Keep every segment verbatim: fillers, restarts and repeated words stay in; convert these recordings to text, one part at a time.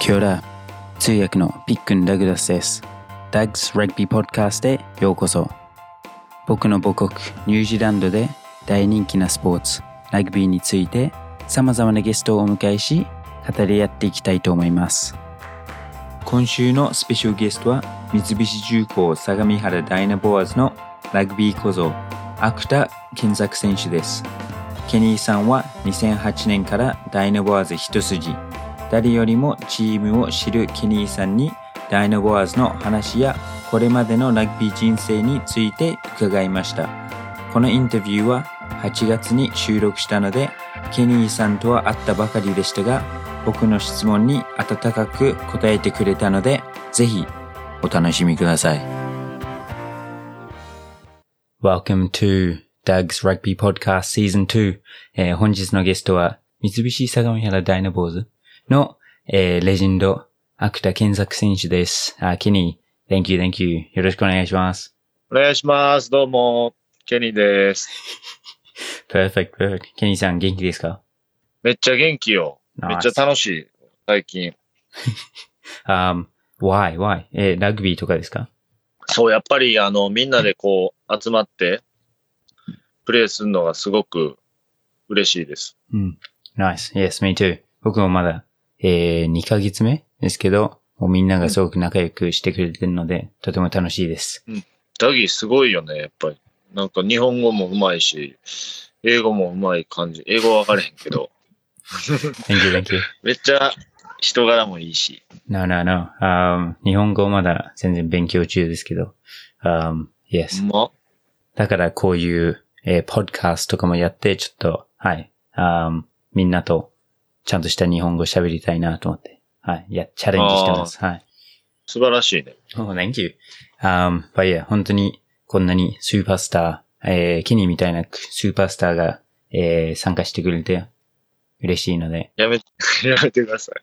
キョラ、通訳のピックン・ダグラスです。ダグス・ラグビー・ポッドキャストへようこそ。僕の母国ニュージーランドで大人気なスポーツ、ラグビーについて様々なゲストをお迎えし、語り合っていきたいと思います。今週のスペシャルゲストは、三菱重工相模原ダイナボアーズのラグビー小僧、芥田健作選手です。ケニーさんはにせんはちねんからダイナボアーズ一筋。誰よりもチームを知るケニーさんにダイナボアーズの話やこれまでのラグビー人生について伺いました。このインタビューははちがつに収録したので、ケニーさんとは会ったばかりでしたが、僕の質問に温かく答えてくれたので、ぜひお楽しみください。Welcome to Doug's Rugby Podcast Season ツー、えー、本日のゲストは三菱相模原ダイナボーズの、えー、レジェンド、芥田健作選手です。あ、ケニー、Thank you, thank you. よろしくお願いします。 お願いします。どうも、ケニーです。 perfect, perfect. ケニーさん、元気ですか？ めっちゃ元気よ。Nice. めっちゃ楽しい、最近。 um, why, why? えー、ラグビーとかですか？ そう、やっぱり、あの、みんなでこう、集まって、プレイするのがすごく嬉しいです。 うん。Nice. Yes, me too. 僕もまだ、えー、にかげつめですけど、もうみんながすごく仲良くしてくれてるので、うん、とても楽しいです。 うん。ダギーすごいよね、やっぱり。なんか日本語もうまいし、英語もうまい感じ。英語わかれへんけど。 Thank you, thank you. めっちゃ人柄もいいし。 No, no, no.、Um, 日本語まだ全然勉強中ですけど。Um, yes. ま、 だからこういう、えー、ポッドキャストとかもやって、ちょっと、はい。Um, みんなとちゃんとした日本語喋りたいなと思って。はい。いや、チャレンジしてます。はい。 素晴らしいね。 Oh, thank you.Um, but yeah, 本当にこんなにスーパースター、えー、ケニーみたいなスーパースターが、えー、参加してくれて嬉しいので。 やめ、やめてください。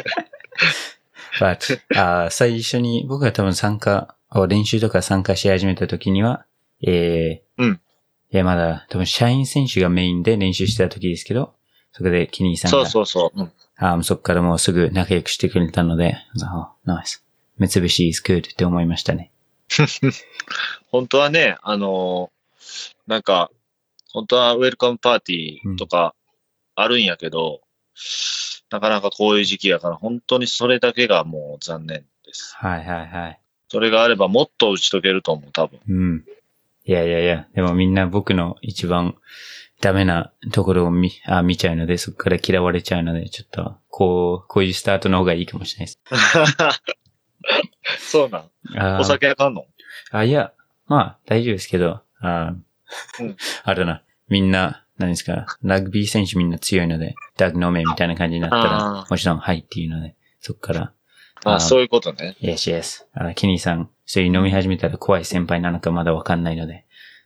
but, あ最初に僕が多分参加、練習とか参加し始めた時には、えー、 うん。 いや、まだ多分社員選手がメインで練習してた時ですけど、そこでケニーさんが。 そうそうそう。うん、 あそこからもうすぐ仲良くしてくれたので、oh, nice. 三菱 is good って思いましたね。 本当はね、あのー、なんか、本当はウェルカムパーティーとかあるんやけど、うん、なかなかこういう時期やから本当にそれだけがもう残念です。 はいはいはい。 それがあればもっと打ち解けると思う、多分。 うん。いやいやいや、でもみんな僕の一番ダメなところを見、あ見ちゃうので、そこから嫌われちゃうので、ちょっと、こう、こういうスタートの方がいいかもしれないです。 そうなん。お酒あかんの？ あ、いや、まあ、大丈夫ですけど、あ、うん、あれだな。みんな、何ですか、ラグビー選手みんな強いので、ダグ飲めみたいな感じになったら、もちろん、はいっていうので、そこから。 ああ、そういうことね。 Yes, yes. あケニーさん、そういう飲み始めたら怖い先輩なのかまだわかんないので。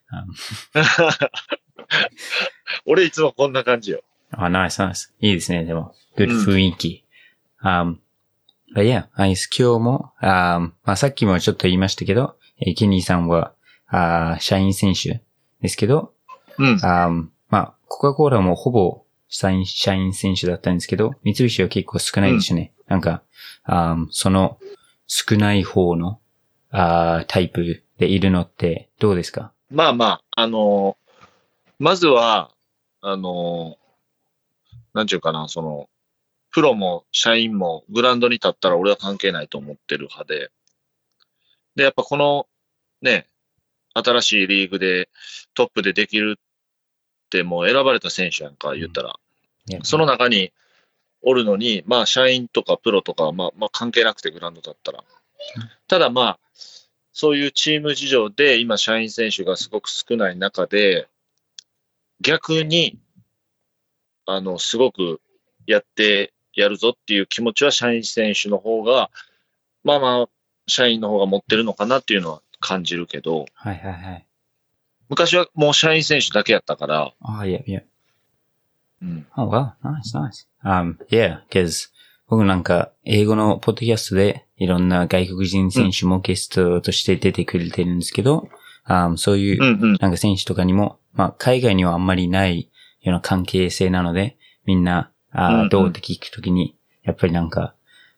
俺いつもこんな感じよ。 あ、ナイスナイス。いいですね、でも。good 雰囲気。うん、um, but yeah, 今日も、um, まあ、さっきもちょっと言いましたけど、ケニーさんは、あ社員選手ですけど、 うん。 um, まあ、コカ・コーラもほぼ社員、社員選手だったんですけど、三菱は結構少ないですね。うん、なんか、um, その少ない方のあタイプでいるのってどうですか？ まあまあ、あのー、まずは、あのー、なんちゅうかな、その、プロも社員もグラウンドに立ったら俺は関係ないと思ってる派で。で、やっぱこの、ね、新しいリーグでトップでできるってもう選ばれた選手やんか、言ったら。うん、その中におるのに、まあ社員とかプロとか、まあまあ関係なくてグラウンドだったら。ただまあ、そういうチーム事情で今社員選手がすごく少ない中で、逆に、あの、すごくやってやるぞっていう気持ちは社員選手の方が、まあまあ、社員の方が持ってるのかなっていうのは感じるけど、 はいはいはい。 昔はもう社員選手だけやったから。 ああ、いやいや。 うん。 Oh, well, nice, nice. Um, yeah, because 僕なんか英語のポッドキャストでいろんな外国人選手もゲストとして出てくれてるんですけど、うん、um, そういうなんか選手とかにも、まあ海外にはあんまりないような関係性なので、みんな、あどうって聞くときに、やっぱりなんか、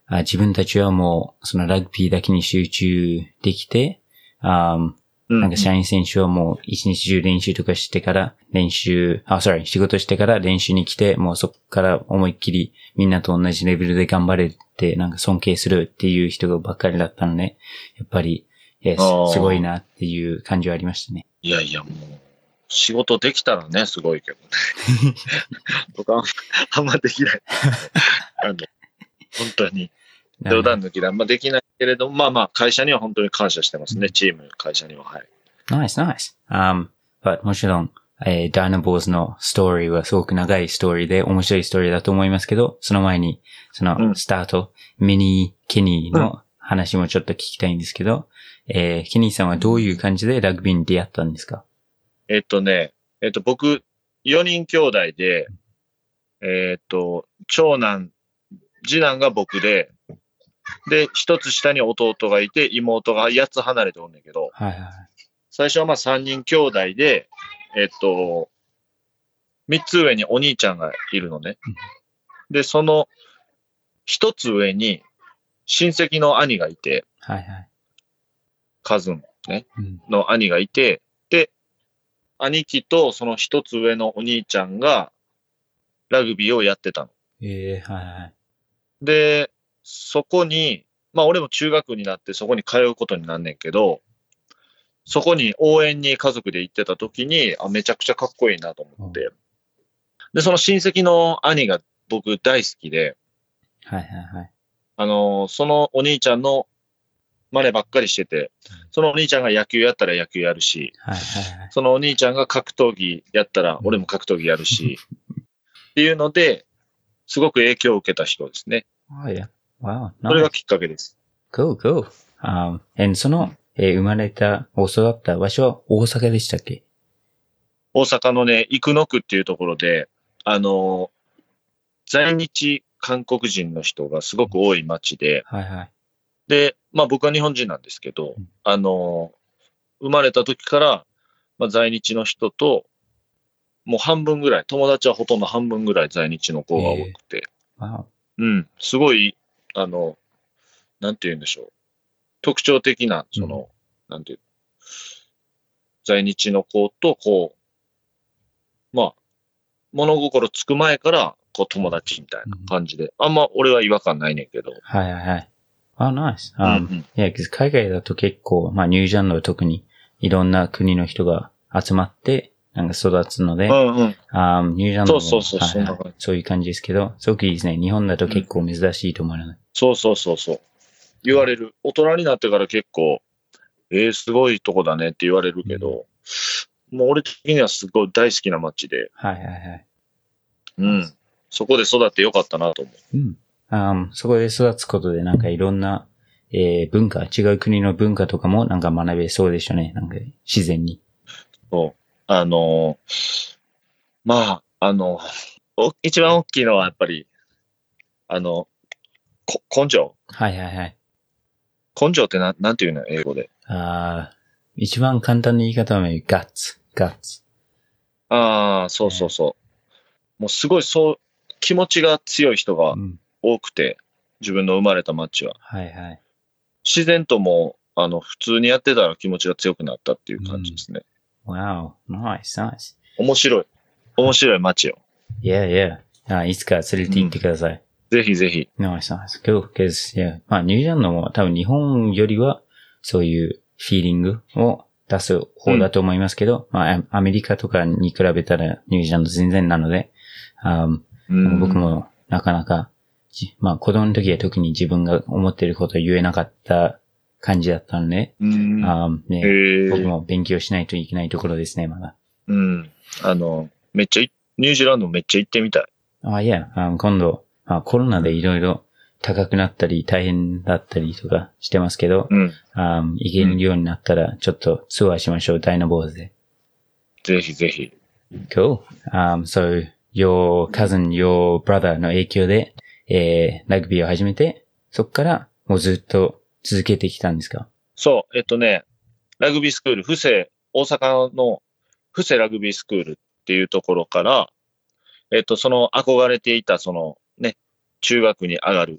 あ自分たちはもうそのラグビーだけに集中できて、あなんか社員選手はもう一日中練習とかしてから練習、あ、sorry、仕事してから練習に来て、もうそこから思いっきりみんなと同じレベルで頑張れってなんか尊敬するっていう人がばっかりだったので、やっぱり、えー、すごいなっていう感じはありましたね。 いやいや、もう、仕事できたらね、すごいけどね。僕はあんまできない。あの本当に。冗談抜きであんまできないけれども、まあまあ、会社には本当に感謝してますね。チーム、会社には。はい。 Nice, nice. Um, but もちろん、えー、ダイナボーズのストーリーはすごく長いストーリーで面白いストーリーだと思いますけど、その前に、そのスタート、うん、ミニー・ケニーの話もちょっと聞きたいんですけど、えー、ケニーさんはどういう感じでラグビーに出会ったんですか？ えっとね、えっと僕、よにん兄弟で、えっと、長男、次男が僕で、で、一つ下に弟がいて、妹がやっつ離れておんねんけど、 はいはい、 最初はまあさんにん兄弟で、えっと、みっつ上にお兄ちゃんがいるのね。で、その一つ上に親戚の兄がいて、 はいはい、 カズンね、 うん、 の兄がいて、で、兄貴とその一つ上のお兄ちゃんがラグビーをやってたの。 えー、はいはい。 で、そこに、まあ俺も中学になってそこに通うことになんねんけど、そこに応援に家族で行ってた時に、あ、めちゃくちゃかっこいいなと思って。で、その親戚の兄が僕大好きで、 はいはいはい。 あの、そのお兄ちゃんの真似ばっかりしてて、そのお兄ちゃんが野球やったら野球やるし、 はいはいはい、 そのお兄ちゃんが格闘技やったら俺も格闘技やるし、っていうので、すごく影響を受けた人ですね。 Oh yeah. Wow. それがきっかけです。 Cool, cool. Um, and その、えー、生まれた、育った場所は大阪でしたっけ？ 大阪のね、生野区っていうところで、あの、在日韓国人の人がすごく多い町で、 はいはい。 で、まあ僕は日本人なんですけど、あの、生まれた時から、まあ、在日の人と、もう半分ぐらい、友達はほとんど半分ぐらい在日の子が多くて、 えー、wow. うん、すごい、あの、なんて言うんでしょう。特徴的な、その、うん、なんていう、在日の子と、こう、まあ、物心つく前から、こう、友達みたいな感じで、うん、あんま俺は違和感ないねんけど。 はいはいはい。Oh, nice. Um, うんうん、yeah, 海外だと結構、まあ、ニュージーランドは特にいろんな国の人が集まって、なんか育つので、 うんうん、 あニュージーランドもそうそうそう、 はいはい、そういう感じですけど、すごくいいですね。日本だと結構珍しいと思うので、うん。 そうそうそうそう。言われる。大人になってから結構、えー、すごいとこだねって言われるけど、うん、もう俺的にはすごい大好きな街で、 はいはいはい。 うん。そこで育ってよかったなと思う。 うん。あそこで育つことでなんかいろんな、えー、文化、違う国の文化とかもなんか学べそうでしょうね。なんか自然に。 そう。あのー、まあ、あの、一番大きいのはやっぱり、あの、こ根性。 はいはいはい。 根性ってな、なんていうの英語で。 ああ、一番簡単な言い方はガッツ、ガッツ。 ああ、そうそうそう。もうすごいそう、気持ちが強い人が多くて、うん、自分の生まれた街は。 はいはい。 自然ともう、あの、普通にやってたら気持ちが強くなったっていう感じですね。 うん、wow, nice, nice. 面白い。面白い街よ。 Yeah, yeah. あいつか連れて行ってください。うん、 ぜひぜひ。 Nice, nice. Cool. Because, yeah. まあ、ニュージーランドも多分日本よりは、そういうフィーリングを出す方だと思いますけど、うん、まあ、アメリカとかに比べたらニュージーランド全然なので、um, うん、僕もなかなか、まあ、子供の時は特に自分が思っていることを言えなかった感じだったので、うん、um, ね、僕も勉強しないといけないところですね、まだ。 うん。あの、めっちゃ、ニュージーランドめっちゃ行ってみたい。 ああ、いや、今度、まあ、コロナでいろいろ高くなったり大変だったりとかしてますけど、うん、um, 行けるようになったらちょっとツアーしましょう、ダイナボーズで。 ぜひぜひ。 Cool. Um, so, your cousin, your brother の影響で、えー、ラグビーを始めて、そっからもうずっと続けてきたんですか？ そう、えっとね、ラグビースクール、布施、大阪の布施ラグビースクールっていうところから、えっと、その憧れていた、そのね、中学に上がる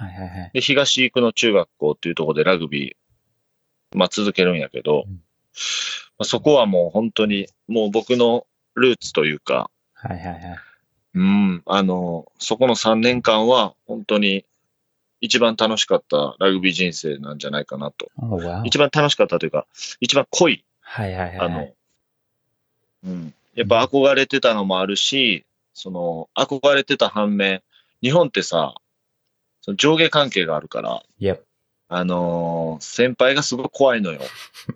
はいはいはい。 で、東生野中学校っていうところでラグビー、まあ続けるんやけど、 うん、 まあ、そこはもう本当に、もう僕のルーツというか、 はいはいはい。 うん、あの、そこのさんねんかんは本当に一番楽しかったラグビー人生なんじゃないかなと。 おー、わお。 一番楽しかったというか、一番濃い、 はいはいはいあの、 はい。 うん、やっぱ憧れてたのもあるし、その、憧れてた反面、日本ってさ、その上下関係があるから、 Yep。 あのー先輩がすごい怖いのよ。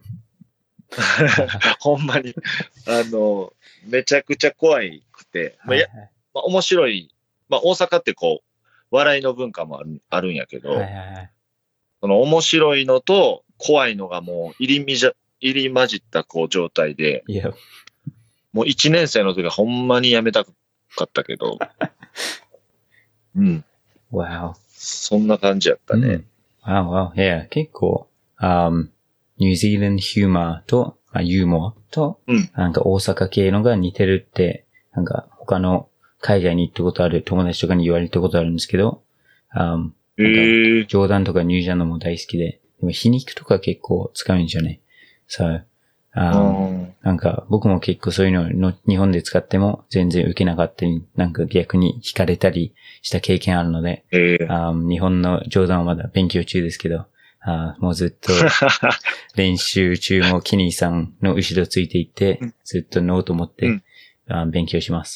ほんまに。あのーめちゃくちゃ怖いくて、まあ、や、 はいはい。 まあ、面白い。まあ、大阪ってこう、笑いの文化もある、あるんやけはいど、 はいはい。 その面白いのと怖いのがもう入りみじゃ、入り混じったこう状態で、 Yep。 もう一年生の時はほんまにやめたかったけど、うん。 Wow。 そんな感じやったね。 うん。Wow, wow. Yeah. 結構、um, ニュージーランドヒューマーと、まあ、ユーモアと、 うん。 なんか大阪系のが似てるって、なんか他の海外に行ったことある友達とかに言われたことあるんですけど、um, へなんかえ。 冗談とかニュージャンドも大好きで、でも皮肉とか結構使うんですよね。そう。 う um, ん。 なんか僕も結構そういうのの日本で使っても全然受けなかったり、なんか逆に惹かれたりした経験あるので、 へえ。 あ日本の冗談はまだ勉強中ですけど、あもうずっと練習中もキニーさんの後ろついていって、ずっとノート持って、 うんあ勉強します。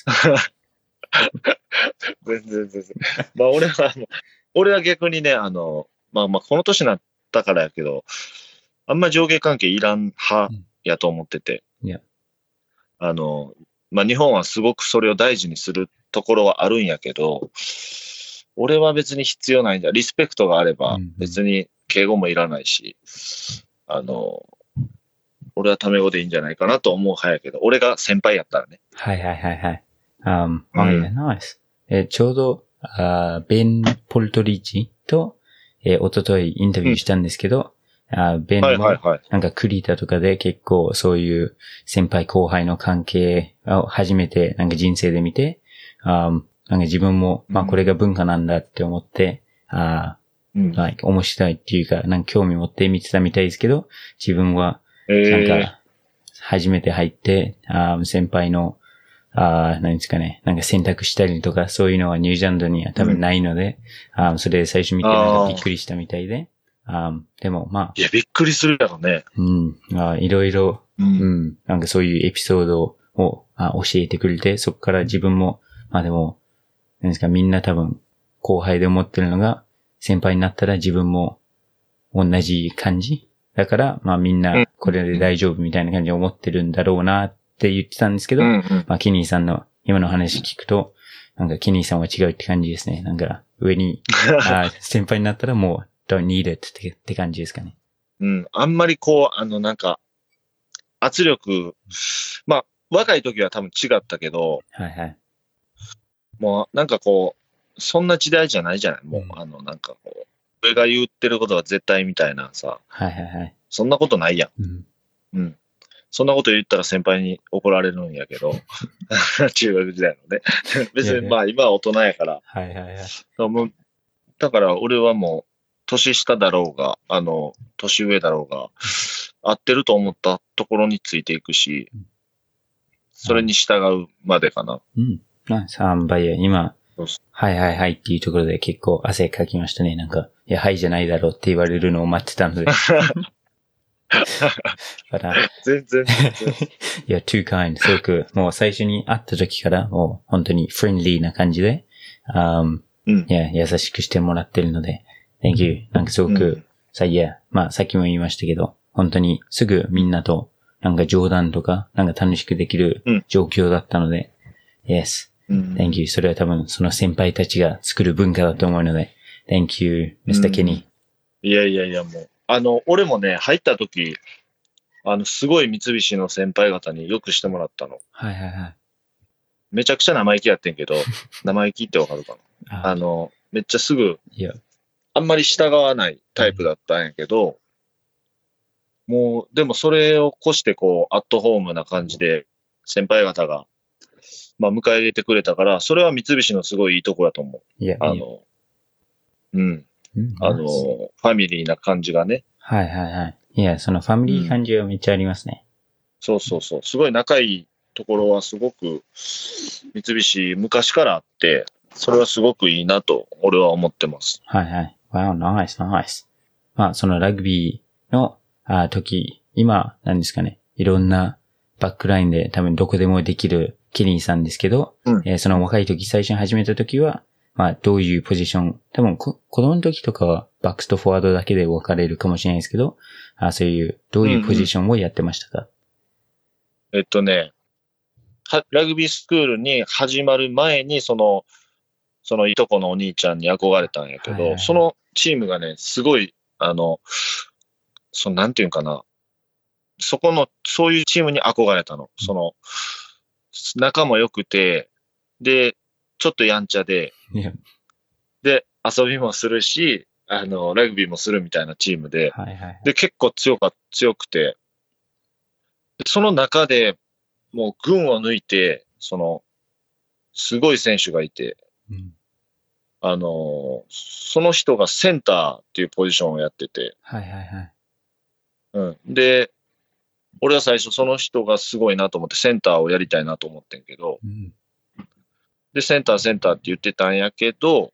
全然全然。まあ俺は、俺は逆にね、あの、まあまあこの年になったからやけど、あんま上下関係いらん派やと思ってて、 いや、 あの、まあ日本はすごくそれを大事にするところはあるんやけど、俺は別に必要ないんだ。リスペクトがあれば別に敬語もいらないし、あの、俺はタメ語でいいんじゃないかなと思う派やけど、俺が先輩やったらね。 はいはいはいはい。Um, うん oh yeah, nice. えちょうど、あベン・ポルトリッチと、えー、一昨日インタビューしたんですけど、あベンはいはいもはい。 なんかクリータとかで結構そういう先輩後輩の関係を初めてなんか人生で見て、あなんか自分もまあこれが文化なんだって思って、あうん。 like 面白いっていうか、なんか興味持って見てたみたいですけど、自分はなんええか初めて入って、あ先輩のああ、何ですかね。なんか選択したりとか、そういうのはニュージーランドには多分ないので、うん、あそれ最初見てなんかびっくりしたみたいで。あでもまあ。 いや、びっくりするやろね。 うん。あいろいろ、 ううん。なんかそういうエピソードをあ教えてくれて、そこから自分も、まあでも、何ですか、みんな多分後輩で思ってるのが、先輩になったら自分も同じ感じ。だから、まあみんなこれで大丈夫みたいな感じで思ってるんだろうなって言ってたんですけど、 うんうん、 まあキニーさんの今の話聞くと、なんかキニーさんは違うって感じですね。なんか上にあ先輩になったらもう don't need it ってって感じですかね。 うん。あんまりこう、あのなんか、圧力、まあ、若い時は多分違ったけど、 はいはい。 もうなんかこう、そんな時代じゃないじゃないもう、 うん、 あのなんかこう、俺が言ってることが絶対みたいなさ、 はいはいはい。 そんなことないやん。 うん。 うん。そんなこと言ったら先輩に怒られるんやけど、中学時代のね。別にまあ今は大人やから。 はいはいはい。 もうだから俺はもう、年下だろうが、あの、年上だろうが、合ってると思ったところについていくし、それに従うまでかな。 うん。まあ、さんばいや、今、はいはいはいっていうところで結構汗かきましたね。なんか、いや、はいじゃないだろうって言われるのを待ってたので。 全然全然。 いや、too kind. すごく、もう最初に会った時から、もう本当にフレンリーな感じで、um, うん、 いや、優しくしてもらってるので、Thank you. なんかすごく、うん、さ、いや、まあさっきも言いましたけど、本当にすぐみんなと、なんか冗談とか、なんか楽しくできる状況だったので、うん、Yes. Thank you. それは多分その先輩たちが作る文化だと思うので、Thank you, ミスター Kenny。 いやいやいや、もう。あの、俺もね、入った時、あの、すごい三菱の先輩方によくしてもらったの。 はいはいはい。 めちゃくちゃ生意気やってんけど、生意気ってわかるかなあの、めっちゃすぐ、あんまり従わないタイプだったんやけど、うん、もう、でもそれを越してこう、アットホームな感じで、先輩方が、まあ、迎え入れてくれたから、それは三菱のすごいいいとこだと思う。 いや、 あの、うん。 うん、 あの、ファミリーな感じがね。 はいはいはい。いや、そのファミリー感じはめっちゃありますね。 うん、そうそうそう。すごい仲いいところはすごく、三菱昔からあって、それはすごくいいなと、俺は思ってます。 はいはい。Wow, nice, nice. まあ、そのラグビーのあ時、今、なんですかね。いろんなバックラインで多分どこでもできるケリーさんですけど、 うん、 えー、その若い時、最初に始めた時は、まあ、どういうポジション、多分こ、子供の時とかはバックスとフォワードだけで分かれるかもしれないですけど、あそういう、どういうポジションをやってましたか？ うんうん、えっとね、は、ラグビースクールに始まる前に、その、そのいとこのお兄ちゃんに憧れたんやけど、はいはいはい、そのチームがね、すごい、あの、その、なんていうんかな、そこの、そういうチームに憧れたの。その、仲も良くて、で、ちょっとやんちゃで、 yeah. で、遊びもするし、あの、ラグビーもするみたいなチームで、はいはいはい、で、結構強か、強くて、その中でもう群を抜いて、その、すごい選手がいて、うん、あの、その人がセンターっていうポジションをやってて、はいはいはい。うん。で、俺は最初その人がすごいなと思ってセンターをやりたいなと思ってんけど、うん、で、センターセンターって言ってたんやけど、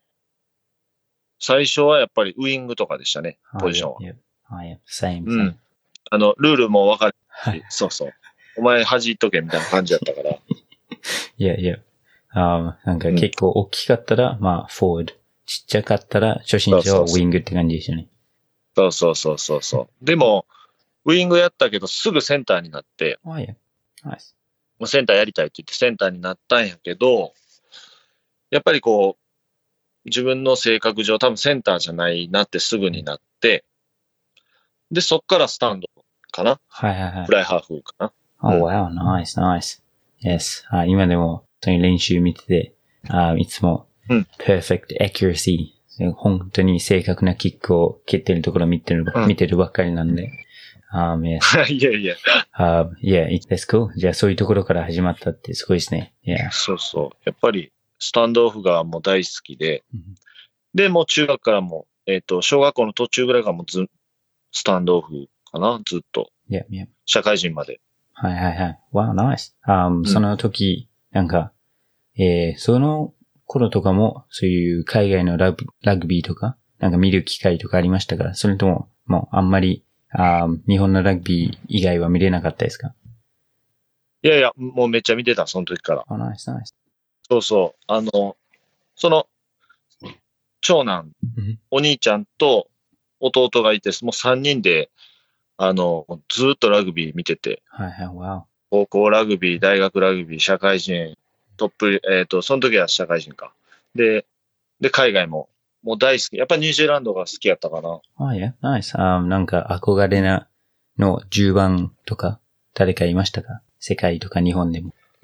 最初はやっぱりウイングとかでしたね、ポジションは。 はい、same, same. うん。あの、ルールも分かるし、そうそう。お前弾いとけみたいな感じやったから。 いやいや。あなんか結構大きかったら、うん、まあ、フォワード。ちっちゃかったら、初心者はウィングって感じでしたね。 そうそうそうそうそう。でも、ウィングやったけど、すぐセンターになって、 oh, yeah. Nice. もうセンターやりたいって言ってセンターになったんやけど、やっぱりこう、自分の性格上多分センターじゃないなってすぐになって、で、そっからスタンドかな。 はいはいはい。 フライハーフかな。 Oh, wow. Nice, nice. Yes. あ今でも、本当に練習見てて、あいつも、うん、perfect accuracy。本当に正確なキックを蹴ってるところを見てる、うん、見てるばっかりなんで。Um, yes. いやいや。 Uh, yeah, that's cool. じゃあそういうところから始まったってすごいですね。Yeah. そうそう。やっぱり、スタンドオフがもう大好きで、うん、で、もう中学からも、えっと、小学校の途中ぐらいからもず、スタンドオフかなずっと。 Yeah, yeah. 社会人まで。 はいはいはい。Wow, nice. Um, うん、その時、なんか、えー、その頃とかも、そういう海外のラグラグビーとか、なんか見る機会とかありましたか？それとも、もうあんまり、あ日本のラグビー以外は見れなかったですか？ いやいや、もうめっちゃ見てた、その時から。 Oh, nice, nice. そうそう。あの、その、長男、お兄ちゃんと弟がいて、もうさんにんで、あの、ずっとラグビー見てて。 はいはい、wow. 高校ラグビー、大学ラグビー、社会人、トップ、えっと、その時は社会人か。で、で、海外も、もう大好き。やっぱりニュージーランドが好きやったかな。 あ、いや、ナイス。あなんか憧れなのじゅうばんとか、誰かいましたか？世界とか日本でも。 うん、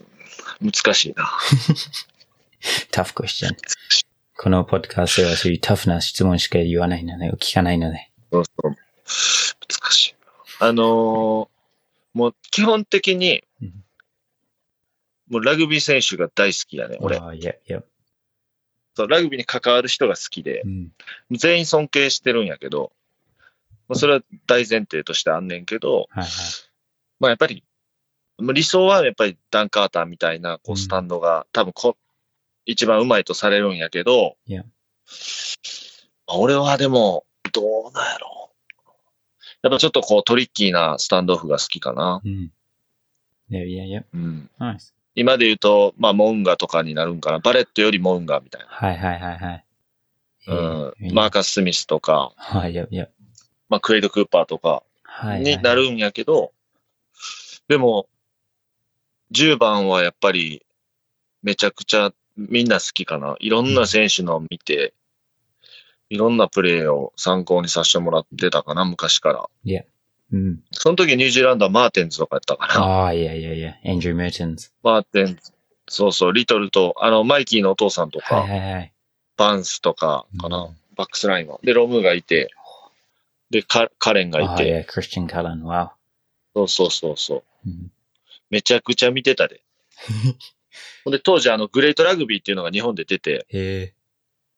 難しいな。 タフクエスチョン。このポッドキャストはそういうタフな質問しか言わないので、聞かないので。 そうそう。難しい。あのー、もう基本的に、うん、もうラグビー選手が大好きだね、俺。 ああ、いや、いや。 そう、ラグビーに関わる人が好きで、うん、全員尊敬してるんやけど、まあ、それは大前提としてあんねんけど、はいはい、まあやっぱり、理想はやっぱりダン・カーターみたいなこうスタンドが、うん、多分こ一番うまいとされるんやけど、 yeah. 俺はでも、どうなんやろう。やっぱちょっとこうトリッキーなスタンドオフが好きかな。 うん。いやいやいや。 うん。 Nice. 今で言うと、まあ、モウンガとかになるんかな。バレットよりモウンガみたいな。 はいはいはいはい。 うん。マーカス・スミスとか。 はい、いやいや。 まあ、クエイド・クーパーとかになるんやけど、はいはいはい、でも、じゅうばんはやっぱりめちゃくちゃみんな好きかな。いろんな選手の見て、うん、いろんなプレーを参考にさせてもらってたかな、昔から。 いや。うん。 その時ニュージーランドはマーテンズとかやったかな。 ああ、いやいやいや。エンジュー・メーテンズ。 マーテンズ。そうそう、リトルと、あの、マイキーのお父さんとか、 はいはいはい、 バンスとかかな、うん、バックスラインは。で、ロムがいて、で、カカレンがいて。 ああ、いや、クリスチャン・カレン、わお。そうそうそうそう、うん。めちゃくちゃ見てたで。ほんで、当時、あの、グレートラグビーっていうのが日本で出て、 へ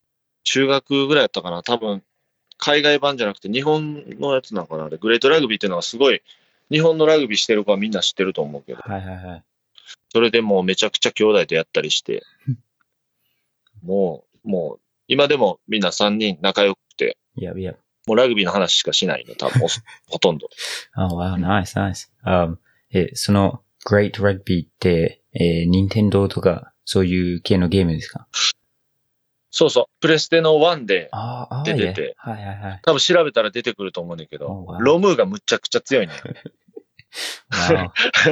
中学ぐらいやったかな。多分、海外版じゃなくて日本のやつなのかな。あれ、グレートラグビーっていうのはすごい、日本のラグビーしてる子はみんな知ってると思うけど、 はいはいはい。 それでもうめちゃくちゃ兄弟でやったりして、もう、もう、今でもみんなさんにん仲良くて、 Yep, yep. もうラグビーの話しかしないね、多分、ほほとんど。 Oh, wow, nice, nice. Um, え、その Great Rugby って、えー、任天堂とかそういう系のゲームですか？ そうそう、プレステのワンでああ、 出てて、 はいはいはい。 多分調べたら出てくると思うんだけど、 Oh, wow. ロムーがむちゃくちゃ強いね。 Wow.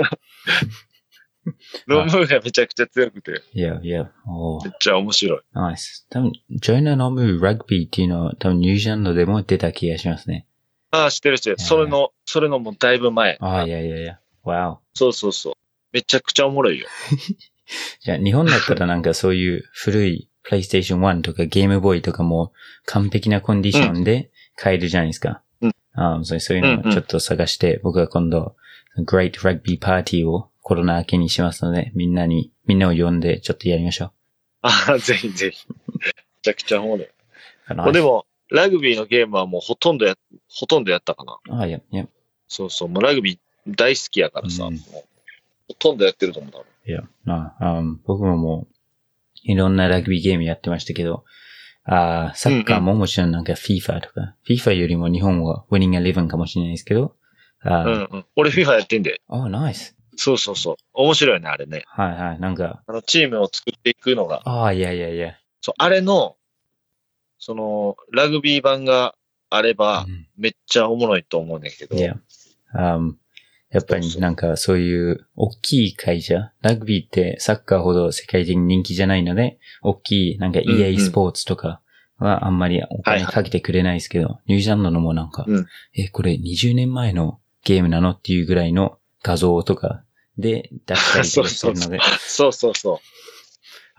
ロムーがめちゃくちゃ強くて、 Yeah, yeah. おー、 めっちゃ面白い。 nice. 多分、ジョイナー・ノムラグビーっていうのは多分ニュージーランドでも出た気がしますね。 ああ、知ってる知ってる。それの、それのもうだいぶ前。 ああ、いやいやいや。Wow. そうそうそう。めちゃくちゃおもろいよ。 じゃあ、日本だったらなんかそういう古い PlayStation ワンとかゲームボーイとかも完璧なコンディションで買えるじゃないですか。 うん。 ああ、そうそういうのをちょっと探して、僕は今度、Great Rugby Party をコロナ明けにしますので、みんなに、みんなを呼んでちょっとやりましょう。 ああ、ぜひぜひ。めちゃくちゃおもろい。 あもうでも、ラグビーのゲームはもうほとんどや、ほとんどやったかな。 ああ、いや、いや。 そうそう。もうラグビー大好きやからさ、 うんもうほとんどやってると思う。多分いや、ああ、僕ももう、いろんなラグビーゲームやってましたけど、あサッカーももちろんなんか FIFA とか、うんうん、FIFA よりも日本は Winning Eleven かもしれないですけど、あうんうん。俺 FIFA やってんで。 ああ、ナイス。 そうそうそう。面白いね、あれね。 はいはい。なんか。 あの、チームを作っていくのが。 ああ、いやいやいや。 そう、あれの、その、ラグビー版があれば、めっちゃおもろいと思うねんけど。 いや。Um, やっぱりなんかそういう大きい会社、ラグビーってサッカーほど世界的に人気じゃないので、大きいなんか イーエー スポーツとかはあんまりお金かけてくれないですけど、はいはい、ニュージーランドのもなんか、うん、え、これにじゅうねんまえのゲームなのっていうぐらいの画像とかで出したりとかしてるので。 そうそうそう。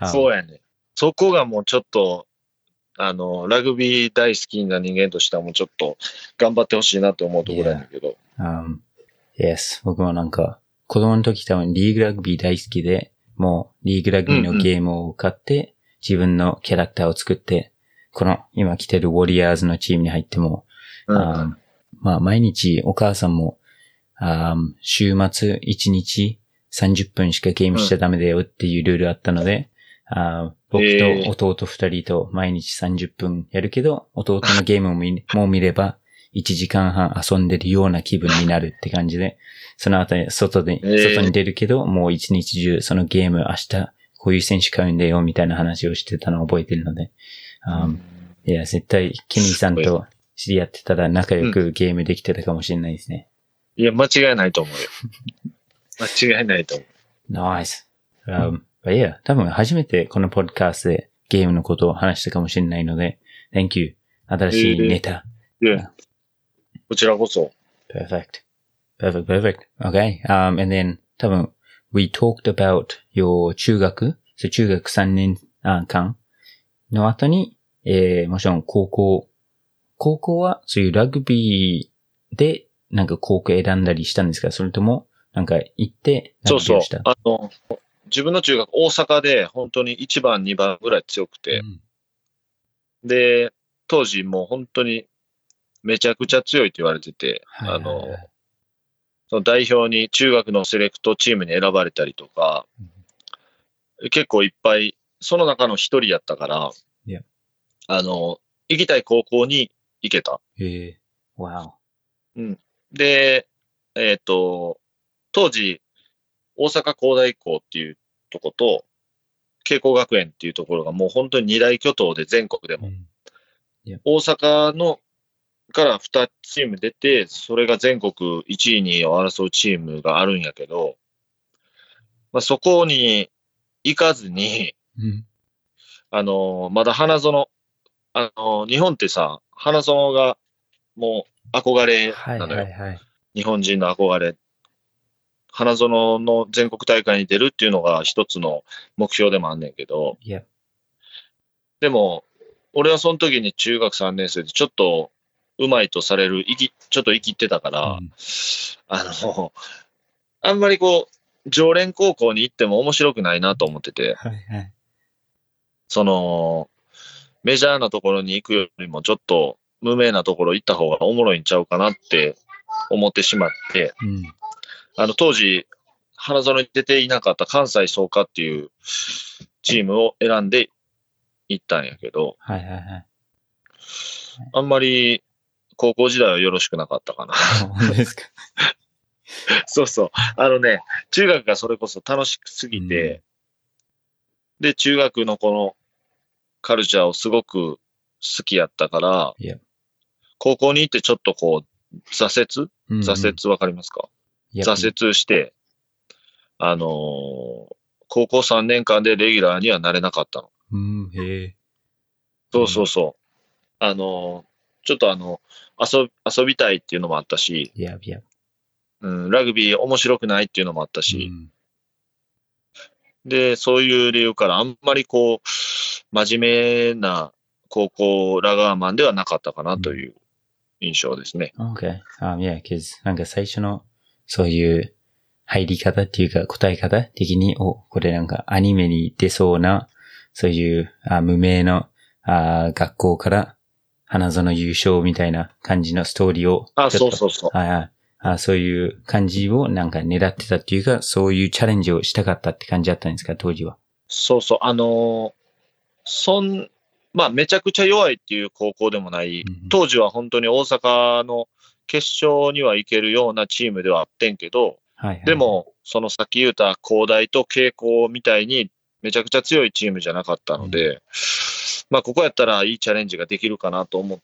そうやね。そこがもうちょっと、あの、ラグビー大好きな人間としてはもうちょっと頑張ってほしいなと思うところなんだけど。 Yeah. Um, yes. 僕もなんか、子供の時多分リーグラグビー大好きで、もうリーグラグビーのゲームを買って、うんうん、自分のキャラクターを作って、この今来てるウォリアーズのチームに入っても、うん、まあ毎日お母さんも、あ週末いちにちさんじゅっぷんしかゲームしちゃダメだよっていうルールあったので、あ僕と弟二人と毎日さんじゅっぷんやるけど、弟のゲームを 見, もう見ればいちじかんはん遊んでるような気分になるって感じで、その後外で、外に出るけど、もう一日中そのゲーム明日こういう選手買うんだよみたいな話をしてたのを覚えてるので、あいや、絶対ケニーさんと知り合ってたら仲良くゲームできてたかもしれないですね。 いや、間違いないと思うよ。間違いないと思う。 Nice. Um, but yeah, 多分初めてこのポッドキャストでゲームのことを話したかもしれないので、Thank you. 新しいネタ。 いや、こちらこそ。 Perfect. Perfect, perfect. Okay. Um, and then 多分 we talked about your 中学、so 中学さんねんかんの後に、えー、もちろん高校、高校はそういうラグビーでなんか高校選んだりしたんですか？それともなんか行ってそうそう。あの、自分の中学大阪で本当にいちばんにばんぐらい強くて、うん、で、当時もう本当にめちゃくちゃ強いって言われてて、はいはいはい、あの、その代表に中学のセレクトチームに選ばれたりとか、うん、結構いっぱい、その中の一人やったから、 yeah. あの、行きたい高校に行けた。 へえ、wow. うん。で、えっと、当時、大阪工大高っていうとこと、慶光学園っていうところがもう本当に二大巨頭で全国でも。 うんyeah. 大阪のからにチーム出て、それが全国いちいにいを争うチームがあるんやけど、まあ、そこに行かずに、 うん、 あの、まだ花園、あの、日本ってさ、花園がもう憧れなのよ。 はいはいはい、 日本人の憧れ。花園の全国大会に出るっていうのが一つの目標でもあんねんけど、 yeah. でも、俺はその時に中学さんねん生でちょっと上手いとされる、いき、ちょっと生きってたから、うん、あの、あんまりこう、常連高校に行っても面白くないなと思ってて、 はいはい、 その、 メジャーなところに行くよりもちょっと無名なところ行った方がおもろいんちゃうかなって思ってしまって、 うん、 あの当時、花園に出ていなかった関西創価っていうチームを選んで行ったんやけど、 はいはいはい。 あんまり高校時代はよろしくなかったかな。 本当ですか。 そうそう。あのね、中学がそれこそ楽しすぎて、うん、で、中学のこのカルチャーをすごく好きやったから、 yeah. 高校に行ってちょっとこう、挫折、うんうん、挫折わかりますか、yep. 挫折して、あのー、高校さんねんかんでレギュラーにはなれなかったの。 うん、へえ。 そうそうそう。あのー、ちょっとあの、遊び、遊びたいっていうのもあったし、 yep, yep. うん、ラグビー面白くないっていうのもあったし、うん、で、そういう理由からあんまりこう、真面目な高校ラガーマンではなかったかなという印象ですね。 Okay. Um, yeah, because なんか最初のそういう入り方っていうか答え方的に、お、これなんかアニメに出そうな、そういうあ無名のあ学校から花園優勝みたいな感じのストーリーを。 あ、そうそうそう。 ああそういう感じをなんか狙ってたっていうか、そういうチャレンジをしたかったって感じだったんですか、当時は。 そうそう。あのー、そん、まあめちゃくちゃ弱いっていう高校でもない、うん、当時は本当に大阪の決勝には行けるようなチームではあってんけど、 はいはい、 でも、そのさっき言った高大と慶光みたいにめちゃくちゃ強いチームじゃなかったので、うん、まあここやったらいいチャレンジができるかなと思って、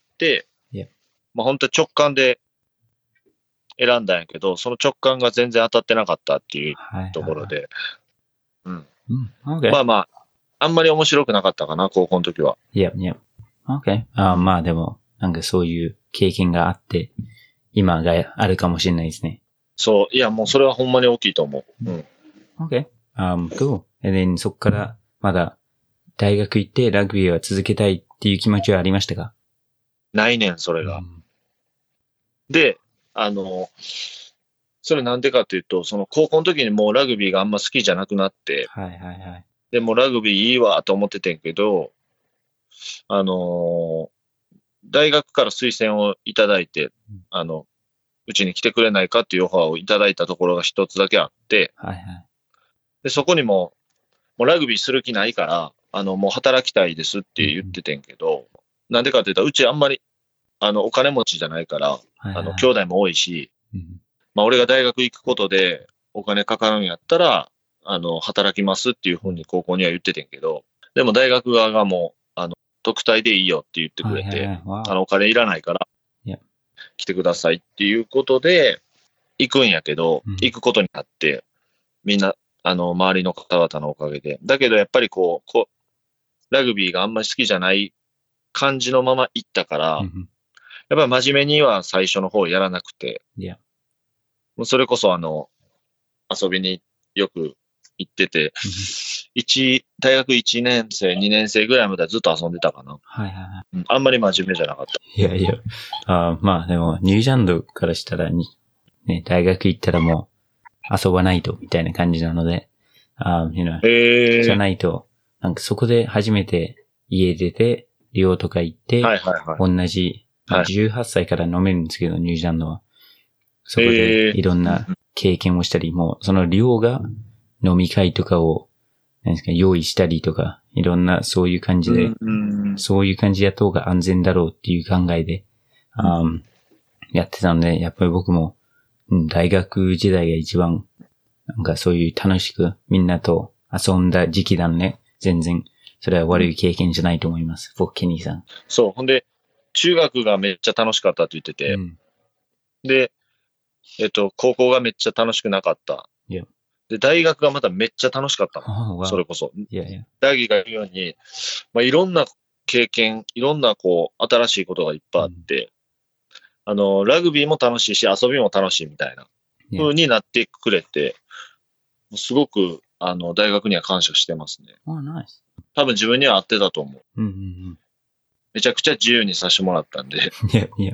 yeah. まあ本当に直感で選んだんやけど、その直感が全然当たってなかったっていうところで、はいはいはい、うん。 Okay. まあまあ、あんまり面白くなかったかな、高校の時は。 Yep, yep. Okay. あ、まあでも、なんかそういう経験があって、今があるかもしれないですね。 そう。いや、もうそれはほんまに大きいと思う。うん。 Okay. Um, cool. And then そっからまだ大学行ってラグビーは続けたいっていう気持ちはありましたか？ ないねん、それが。うん、で、あの、それなんでかというと、その高校の時にもうラグビーがあんま好きじゃなくなって、 はいはいはい。 でもラグビーいいわと思っててんけど、あの、大学から推薦をいただいて、うん、あの、うちに来てくれないかっていうオファーをいただいたところが一つだけあって、 はいはい、 で、そこにも、もうラグビーする気ないから、あの、もう働きたいですって言っててんけど、うん、なんでかって言ったら、うちあんまり、あの、お金持ちじゃないから、はいはい、あの、兄弟も多いし、うん、まあ、俺が大学行くことでお金かかるんやったら、あの、働きますっていうふうに高校には言っててんけど、でも大学側がもう、あの、特待でいいよって言ってくれて、はいはいはい、あの、お金いらないから、来てくださいっていうことで、行くんやけど、うん、行くことになって、みんな、あの、周りの方々のおかげで。だけど、やっぱりこう、こう、ラグビーがあんまり好きじゃない感じのまま行ったから、うん、やっぱり真面目には最初の方やらなくて、 yeah. もうそれこそあの、遊びによく行ってて、一、大学いちねん生、にねん生ぐらいまではずっと遊んでたかな。 はいはいはい。 うん、あんまり真面目じゃなかった。 いやいや。あまあでも、ニュージャンドからしたらに、ね、大学行ったらもう遊ばないと、みたいな感じなので、あ you know、 えー、 じゃないと、なんかそこで初めて家出て、寮とか行って、 はいはいはい、 同じ、まあ、じゅうはっさいから飲めるんですけど、はい、ニュージャンドは。そこでいろんな経験をしたり、もうその寮が飲み会とかを、何ですか、用意したりとか、いろんなそういう感じで、 うんうん、 そういう感じでやった方が安全だろうっていう考えで、うん、やってたので、やっぱり僕も、うん、大学時代が一番、なんかそういう楽しくみんなと遊んだ時期なので、全然、それは悪い経験じゃないと思います。僕、ケニーさん。 そう。ほんで、中学がめっちゃ楽しかったって言ってて、うん、で、えっと、高校がめっちゃ楽しくなかった。 Yeah. で、大学がまためっちゃ楽しかったの。 Oh, wow. それこそ。 Yeah, yeah. ダギが言うように、まあ、いろんな経験、いろんなこう、新しいことがいっぱいあって、うん、あの、ラグビーも楽しいし、遊びも楽しいみたいな風になってくれて、yeah. すごく、あの、大学には感謝してますね。 Oh, nice. 多分自分には合ってたと思う。 うんうんうん、 めちゃくちゃ自由にさせてもらったんで。 Yeah, yeah.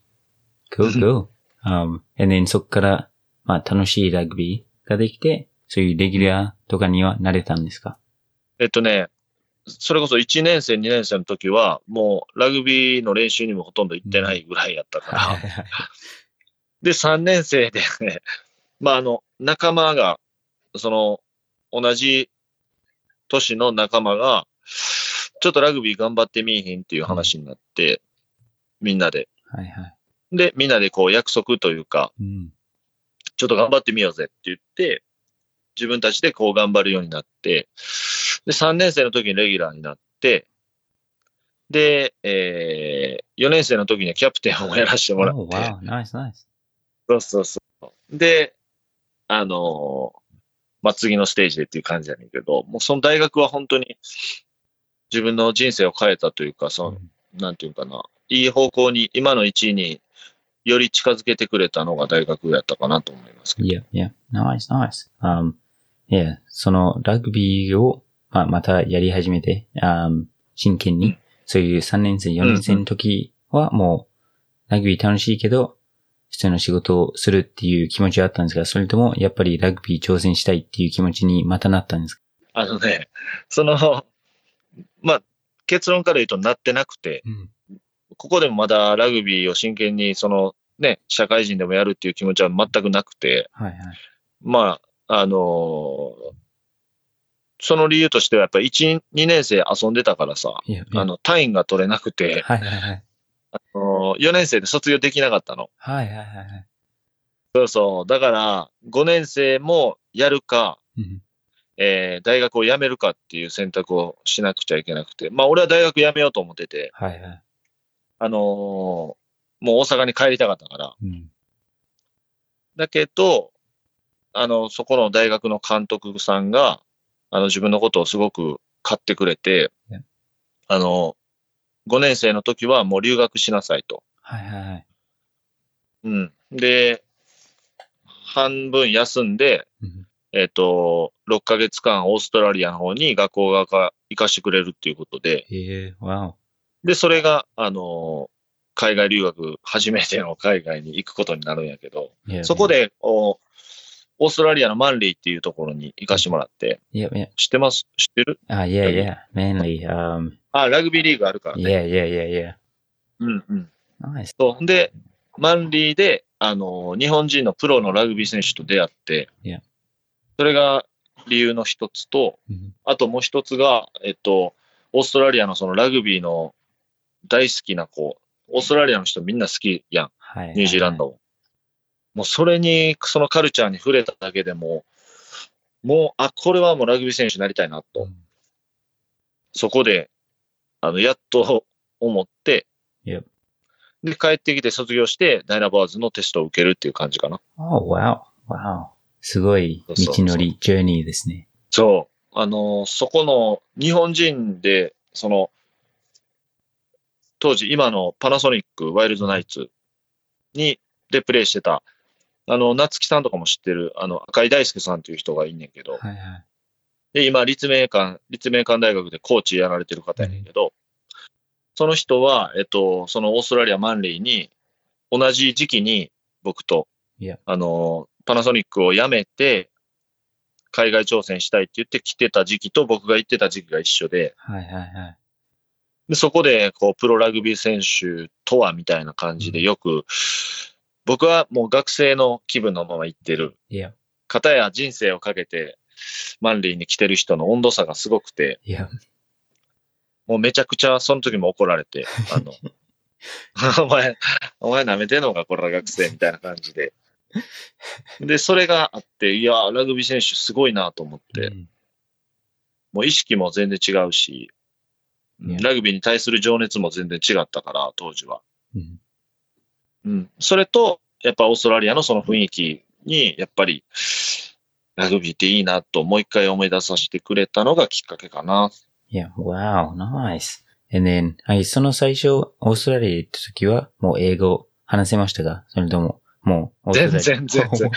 Cool, cool. um, and then そっから、まあ楽しいラグビーができて、そういうレギュラーとかには慣れたんですか？ えっとね、 それこそいちねん生、にねん生の時は、もうラグビーの練習にもほとんど行ってないぐらいやったから、で、さんねん生でね、まあ、あの、仲間が、その、同じ年の仲間が、ちょっとラグビー頑張ってみいひんっていう話になって、みんなで。 はいはい。 で、みんなでこう約束というか、 うん、 ちょっと頑張ってみようぜって言って、自分たちでこう頑張るようになって、で、さんねん生の時にレギュラーになって、で、えー、よねん生の時にはキャプテンをやらせてもらって、 oh, wow. Nice, nice. そうそうそう。で、あのーまあ、次のステージでっていう感じやねんけど、もうその大学は本当に自分の人生を変えたというか、その、なんていうかな、いい方向に、今の位置により近づけてくれたのが大学やったかなと思いますけど。 Yeah, yeah. Nice, nice. Um, yeah, そのラグビーを、まあ、またやり始めて、um, 真剣に、そういうさんねん生、よねん生の時はもう、ラグビー楽しいけど、普通の仕事をするっていう気持ちはあったんですが、それともやっぱりラグビー挑戦したいっていう気持ちにまたなったんですか？ あのね、その、まあ、結論から言うとなってなくて、うん、ここでもまだラグビーを真剣に、そのね、社会人でもやるっていう気持ちは全くなくて、 はいはい、 まあ、あのー、その理由としてはやっぱりいち、にねん生遊んでたからさ、いやいやあの、単位が取れなくて、はいはいはい、あのー、よねん生で卒業できなかったの。はいはいはい。そうそう。だから、ごねん生もやるか、うんえー、大学を辞めるかっていう選択をしなくちゃいけなくて、まあ俺は大学辞めようと思ってて、はいはい、あのー、もう大阪に帰りたかったから、うん、だけど、あの、そこの大学の監督さんが、あの、自分のことをすごく買ってくれて、yeah. あの、ごねん生の時はもう留学しなさいと。はいはいはい。うん。で、半分休んで、うんえっ、ー、と、ろっかげつかんオーストラリアの方に学校側が行かしてくれるっていうことで。へえ、わお。で、それが、あの、海外留学、初めての海外に行くことになるんやけど、yeah, そこで、お、オーストラリアのマンリーっていうところに行かしてもらって。Yeah, yeah. 知ってます知ってるあ、uh, yeah, yeah, Manly. Um, あ、ラグビーリーグあるからね。 Yeah, yeah, yeah, yeah. うんうん。Nice. そう。で、マンリーで、あの、日本人のプロのラグビー選手と出会って、Yeah.それが理由の一つと、うん、あともう一つが、えっと、オーストラリアのそのラグビーの大好きな子、オーストラリアの人みんな好きやん。はい、ニュージーランドを。もうそれに、そのカルチャーに触れただけでも、もう、あ、これはもうラグビー選手になりたいなと。うん、そこで、あの、やっと思って、yep. で、帰ってきて卒業して、ダイナバーズのテストを受けるっていう感じかな。 Oh, wow. Wow.すごい道のり、ジョーニーですね。 そう。あの、そこの日本人で、その、当時今のパナソニックワイルドナイツに、でプレイしてた、あの、夏木さんとかも知ってる、あの、赤井大輔さんという人がいんねんけど、はいはい、で、今、立命館、立命館大学でコーチやられてる方やねんけど、うん、その人は、えっと、そのオーストラリアマンリーに、同じ時期に僕と、yeah. あの、パナソニックを辞めて、海外挑戦したいって言って来てた時期と僕が行ってた時期が一緒で、はいはいはい。で、そこで、こう、プロラグビー選手とはみたいな感じでよく、うん、僕はもう学生の気分のまま行ってる。Yeah. 片や人生をかけて、マンリーに来てる人の温度差がすごくて、yeah. もうめちゃくちゃその時も怒られて、あの、お前、お前舐めてんのか、これは学生みたいな感じで。で、それがあって、いや、ラグビー選手すごいなと思って、うん、もう意識も全然違うし、うん、ラグビーに対する情熱も全然違ったから、当時は。うんうん、それと、やっぱオーストラリアのその雰囲気に、やっぱり、ラグビーっていいなと、もう一回思い出させてくれたのがきっかけかな。 Yeah, wow, nice. And then, はい、その最初、オーストラリア行った時は、もう英語話せましたか？それとも、もう、 全然全然。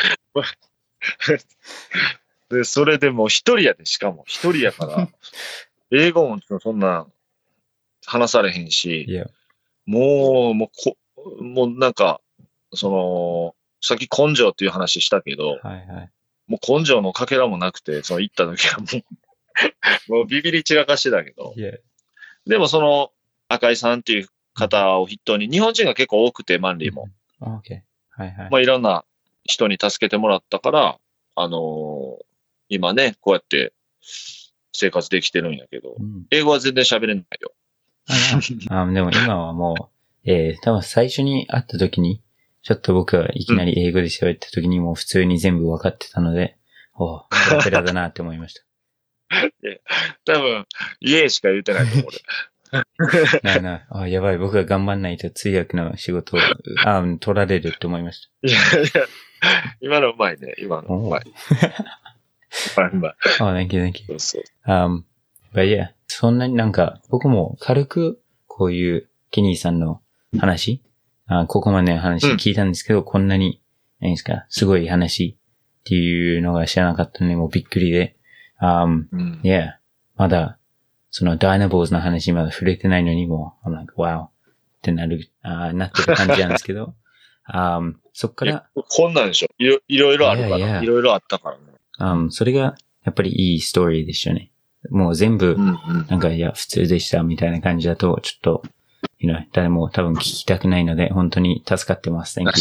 で、それでも一人やで、しかも一人やから、英語もそんな話されへんし、yeah. もう、もうこ、もうなんか、その、さっき根性っていう話したけど、はいはい、もう根性のかけらもなくて、その行った時はもう、 もうビビり散らかしてたけど。 Yeah. でもその赤井さんっていう方を筆頭に、日本人が結構多くて、マンリーも。 Okay. はいはい。 まあいろんな人に助けてもらったから、あのー今ね、こうやって生活できてるんやけど、 うん、 英語は全然喋れないよ。 ああでも今はもう、えー、多分最初に会った時に、ちょっと僕がいきなり英語で喋った時にもう普通に全部分かってたので、おう、ペラペラだなって思いました。 多分、イエーしか言ってないと思う。 なあなあ、あやばい、僕が頑張んないと通訳の仕事をあ取られるって思いました。 いやいや、今のうまいね、今のうまい。うまいうまい。 Oh, thank you, thank you. そうそう。 Um, but yeah, そんなになんか、僕も軽くこういうケニーさんの話、あここまでの話聞いたんですけど、うん、こんなに、何ですか、すごい話っていうのが知らなかったので、もうびっくりで、um, うん、 yeah, まだ、そのダイナボーズの話まだ触れてないのにも、I'm like, wow ってなる、あなってる感じなんですけど、um, そっから、 こんなんでしょいろいろいろあるから、いろいろあったからね。 Um, それが、やっぱりいいストーリーでしたね。もう全部、なんか、いや、普通でしたみたいな感じだと、ちょっと、you know, 誰も多分聞きたくないので、本当に助かってます。Thank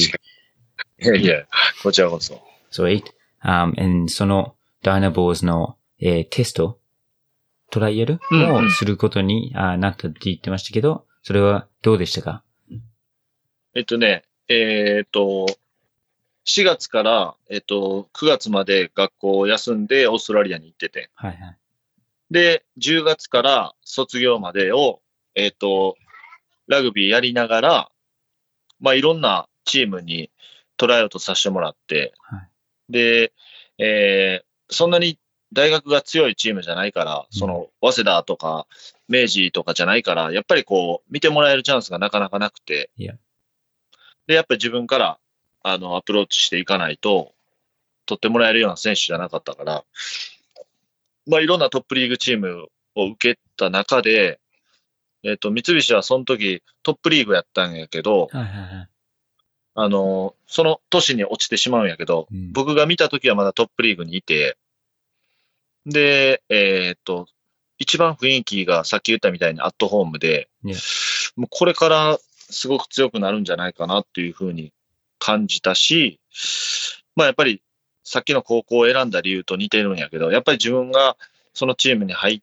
you. いやいや、こちらこそ。 Sweet. Um, and その、ダイナボーズの、えー、テスト、トライアルをすることに、うんうん、あなったって言ってましたけど、それはどうでしたか？ えっとね、えー、っと、しがつから、えっと、くがつまで学校を休んでオーストラリアに行ってて。 はいはい。 で、じゅうがつから卒業までを、えっと、ラグビーやりながら、まあ、いろんなチームにトライアウトさせてもらって、はい、で、えー、そんなに大学が強いチームじゃないから、うん、その、早稲田とか、明治とかじゃないから、やっぱりこう、見てもらえるチャンスがなかなかなくて、 yeah. で、やっぱり自分から、あの、アプローチしていかないと、取ってもらえるような選手じゃなかったから、まあ、いろんなトップリーグチームを受けた中で、えっと、三菱はその時トップリーグやったんやけど、 はいはいはい、 あの、その年に落ちてしまうんやけど、うん、僕が見た時はまだトップリーグにいて、で、えー、っと、一番雰囲気がさっき言ったみたいにアットホームで、 ね、 もうこれからすごく強くなるんじゃないかなっていうふうに感じたし、まあやっぱりさっきの高校を選んだ理由と似てるんやけど、やっぱり自分がそのチームに入って、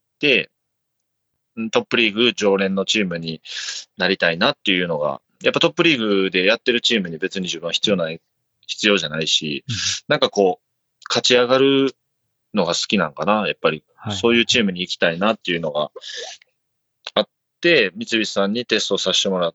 トップリーグ常連のチームになりたいなっていうのが、やっぱトップリーグでやってるチームに別に自分は必要ない、必要じゃないし、うん、なんかこう、勝ち上がるのが好きなんかな、やっぱり、そういうチームに行きたいなっていうのがあって、三菱さんにテストさせてもらって、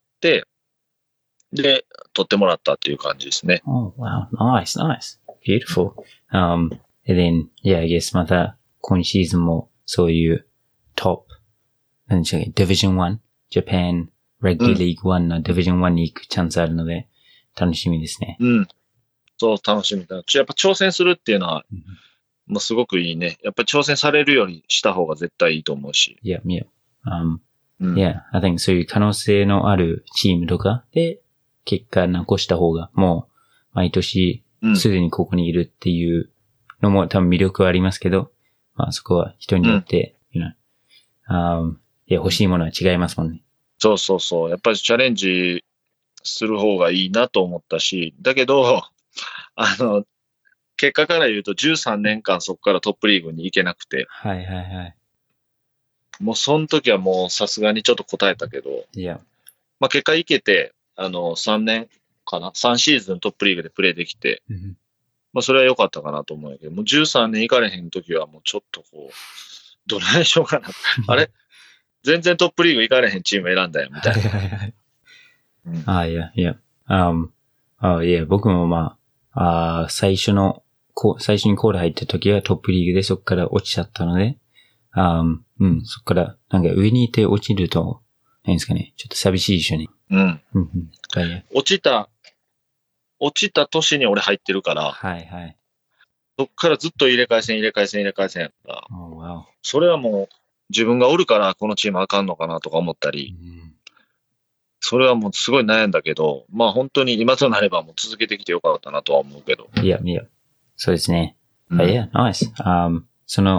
で、取ってもらったっていう感じですね。 Oh, wow. Nice, nice. Beautiful. Um, and then, yeah, I guess また今シーズンもそういうトップ、何でしたっけ、ディビジョンワン、Japan Rugby League ワンのディビジョンワンに行くチャンスあるので、楽しみですね。 うん。そう、楽しみだ。やっぱ挑戦するっていうのは、うんもうすごくいいね。やっぱり挑戦されるよりした方が絶対いいと思うし。 Yeah, yeah. Um, うん、yeah, I think そういう可能性のあるチームとかで結果残した方がもう毎年すでにここにいるっていうのも多分魅力はありますけど、まあそこは人によって、うん、you know, um, いや欲しいものは違いますもんね。 そうそうそう。やっぱりチャレンジする方がいいなと思ったし、だけど、あの、結果から言うとじゅうさんねんかんそこからトップリーグに行けなくて。 はいはいはい。 もうその時はもうさすがにちょっと答えたけど。 いや。 まあ結果行けて、あの、さんねんかな ?さん シーズントップリーグでプレーできて。うん、まあそれは良かったかなと思うんやけど、もうじゅうさんねん行かれへん時はもうちょっとこう、どないしようかな。あれ全然トップリーグ行かれへんチーム選んだよ、みたいな。はいはいはい。 うん、あ、いや、いや。Um, あ、いや、僕もまあ、あ最初の、こ最初にコール入った時はトップリーグでそこから落ちちゃったので、あうん、そこからなんか上にいて落ちると、何ですかね、ちょっと寂しいでしょね。 うん。うんうん、落ちた、落ちた年に俺入ってるから、 はいはい。 そこからずっと入れ替え戦、入れ替え戦、入れ替え戦やったら、 oh, wow. それはもう自分がおるからこのチームあかんのかなとか思ったり、うん、それはもうすごい悩んだけど、まあ本当に今となればもう続けてきてよかったなとは思うけど。 いや、いや。そうですね。うん、yeah, nice. Um, その、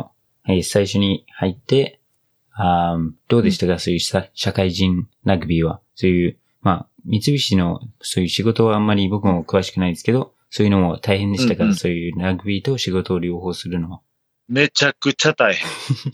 えー最初に入って、あーどうでしたか、うん、そういう社社会人ラグビーは。そういう、まあ、三菱のそういう仕事はあんまり僕も詳しくないですけど、そういうのも大変でしたか、うんうん、そういうラグビーと仕事を両方するのは。 めちゃくちゃ大変。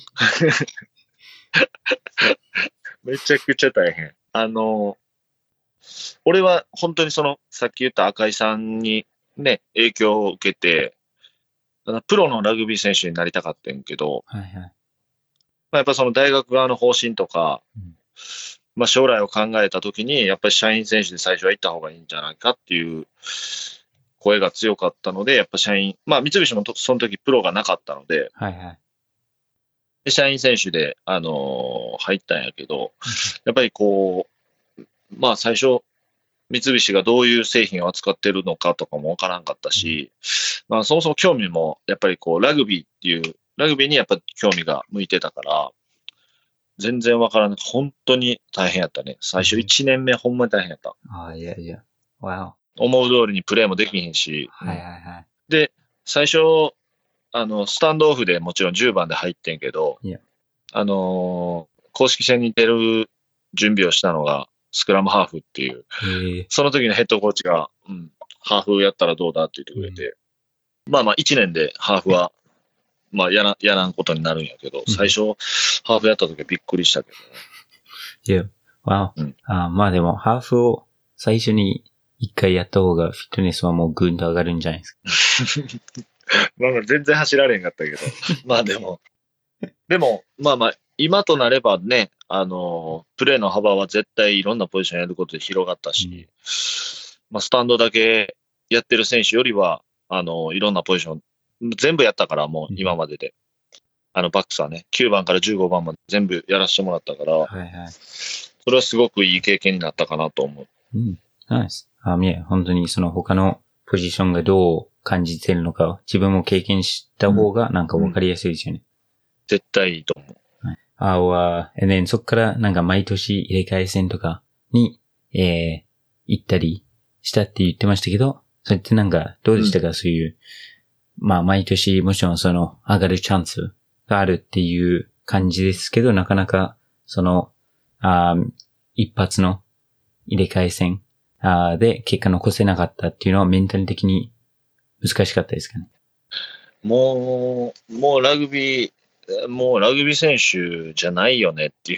めちゃくちゃ大変。あの、俺は本当にその、さっき言った赤井さんにね、影響を受けて、プロのラグビー選手になりたかったんけど、 はいはい、 まあ、やっぱその大学側の方針とか、うん、まあ将来を考えたときに、やっぱり社員選手で最初は行った方がいいんじゃないかっていう声が強かったので、やっぱ社員、まあ三菱もその時プロがなかったので、 はいはい、 で社員選手で、あのー、入ったんやけど、やっぱりこう、まあ最初、三菱がどういう製品を扱ってるのかとかもわからんかったし、まあそもそも興味も、やっぱりこう、ラグビーっていう、ラグビーにやっぱ興味が向いてたから、全然わからない。本当に大変やったね。最初いちねんめ、ほんまに大変やった。 ああ、いやいや。わお。思う通りにプレーもできへんし。 はいはいはい。 で、最初、あの、スタンドオフでもちろんじゅうばんで入ってんけど、あのー、公式戦に出る準備をしたのが、スクラムハーフっていう、その時のヘッドコーチが、うん、ハーフやったらどうだって言ってくれて、うん、まあまあいちねんでハーフは、まあやら、やらんことになるんやけど、最初、うん、ハーフやった時はびっくりしたけどね。 いや、わお、うん、あ。まあでも、ハーフを最初に一回やった方がフィットネスはもうぐんと上がるんじゃないですか。 まあまあ全然走られへんかったけど、まあでも、でも、まあまあ、今となればね、あの、プレーの幅は絶対いろんなポジションやることで広がったし、うん、まあ、スタンドだけやってる選手よりは、あの、いろんなポジション、全部やったから、もう今までで。うん、あの、バックスはね、きゅうばんからじゅうごばんまで全部やらせてもらったから、はいはい、それはすごくいい経験になったかなと思う。 うん、ナイス。あ、みえ、本当にその他のポジションがどう感じてるのか、自分も経験した方がなんかわかりやすいですよね。 うんうん、絶対いいと思う。 ああ、and then そっからなんか毎年入れ替え戦とかに、えー、行ったりしたって言ってましたけど、それってなんかどうでしたか、うん、そういう、まあ毎年もちろんその上がるチャンスがあるっていう感じですけど、なかなかその、あ一発の入れ替え戦あで結果残せなかったっていうのはメンタル的に難しかったですかね。 もう、もうラグビー、もうラグビー選手じゃないよねっていう、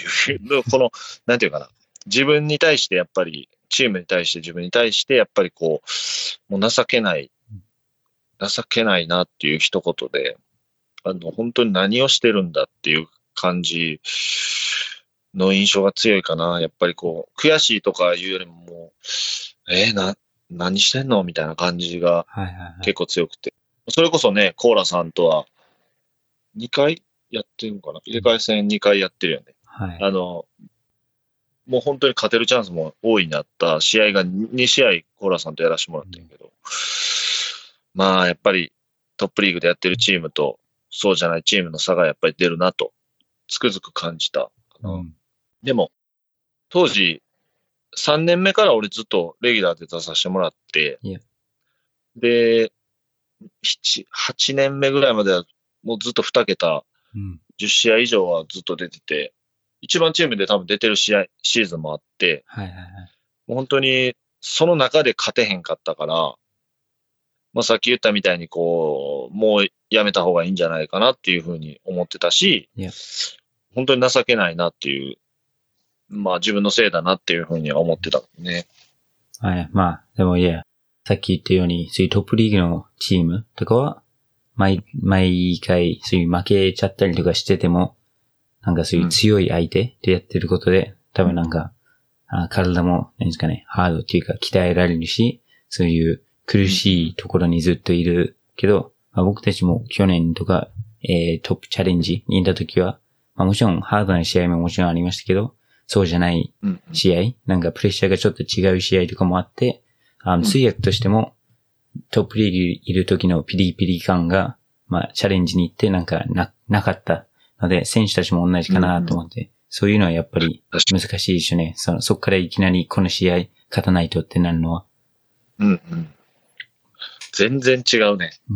この、なんていうかな、自分に対してやっぱり、チームに対して自分に対してやっぱりこう、もう情けない、情けないなっていう一言で、あの、本当に何をしてるんだっていう感じの印象が強いかな。やっぱりこう、悔しいとかいうよりももう、えー、な、何してんのみたいな感じが結構強くて。それこそね、コーラさんとはにかいやってるのかな、入れ替え戦にかいやってるよね。はい。あの、もう本当に勝てるチャンスも大いになった試合がにしあいコーラさんとやらせてもらってるけど、うん、まあやっぱりトップリーグでやってるチームとそうじゃないチームの差がやっぱり出るなとつくづく感じた。うん、でも当時さんねんめから俺ずっとレギュラーで出させてもらって、yeah. で、はちねんめぐらいまではもうずっとにけた、じゅっしあい以上はずっと出てて、一番チームで多分出てる試合、シーズンもあって、はいはいはい、もう本当にその中で勝てへんかったから、まあさっき言ったみたいにこう、もうやめた方がいいんじゃないかなっていうふうに思ってたし、yeah. 本当に情けないなっていう、まあ自分のせいだなっていうふうには思ってたね。 はい、まあでもいや、さっき言ったように、そういうトップリーグのチームとかは、毎、毎回、そういう負けちゃったりとかしてても、なんかそういう強い相手でやってることで、うん、多分なんか、あ体も、何ですかね、ハードっていうか鍛えられるし、そういう苦しいところにずっといるけど、まあ、僕たちも去年とか、えー、トップチャレンジにいたときは、まあもちろんハードな試合ももちろんありましたけど、そうじゃない試合、うん、なんかプレッシャーがちょっと違う試合とかもあって、あの通訳としても、トップリーグいる時のピリピリ感が、まあ、チャレンジに行ってなんかな、なかったので、選手たちも同じかなと思って、うん、そういうのはやっぱり難しいですよね。その、そっからいきなりこの試合勝たないとってなるのは。 うんうん。全然違うね。うん。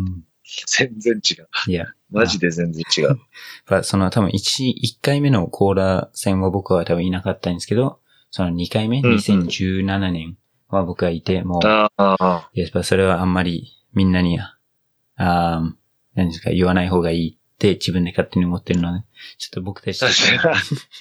全然違う。 いや。 マジで全然違う。 まあ、その多分一、一回目のコーラ戦は僕は多分いなかったんですけど、その二回目、 うんうんにせんじゅうななねんは僕がいて、もう、 ああ。 やっぱそれはあんまりみんなに、あー何ですか、言わない方がいいって自分で勝手に思ってるので、ちょっと僕たちとして確かに。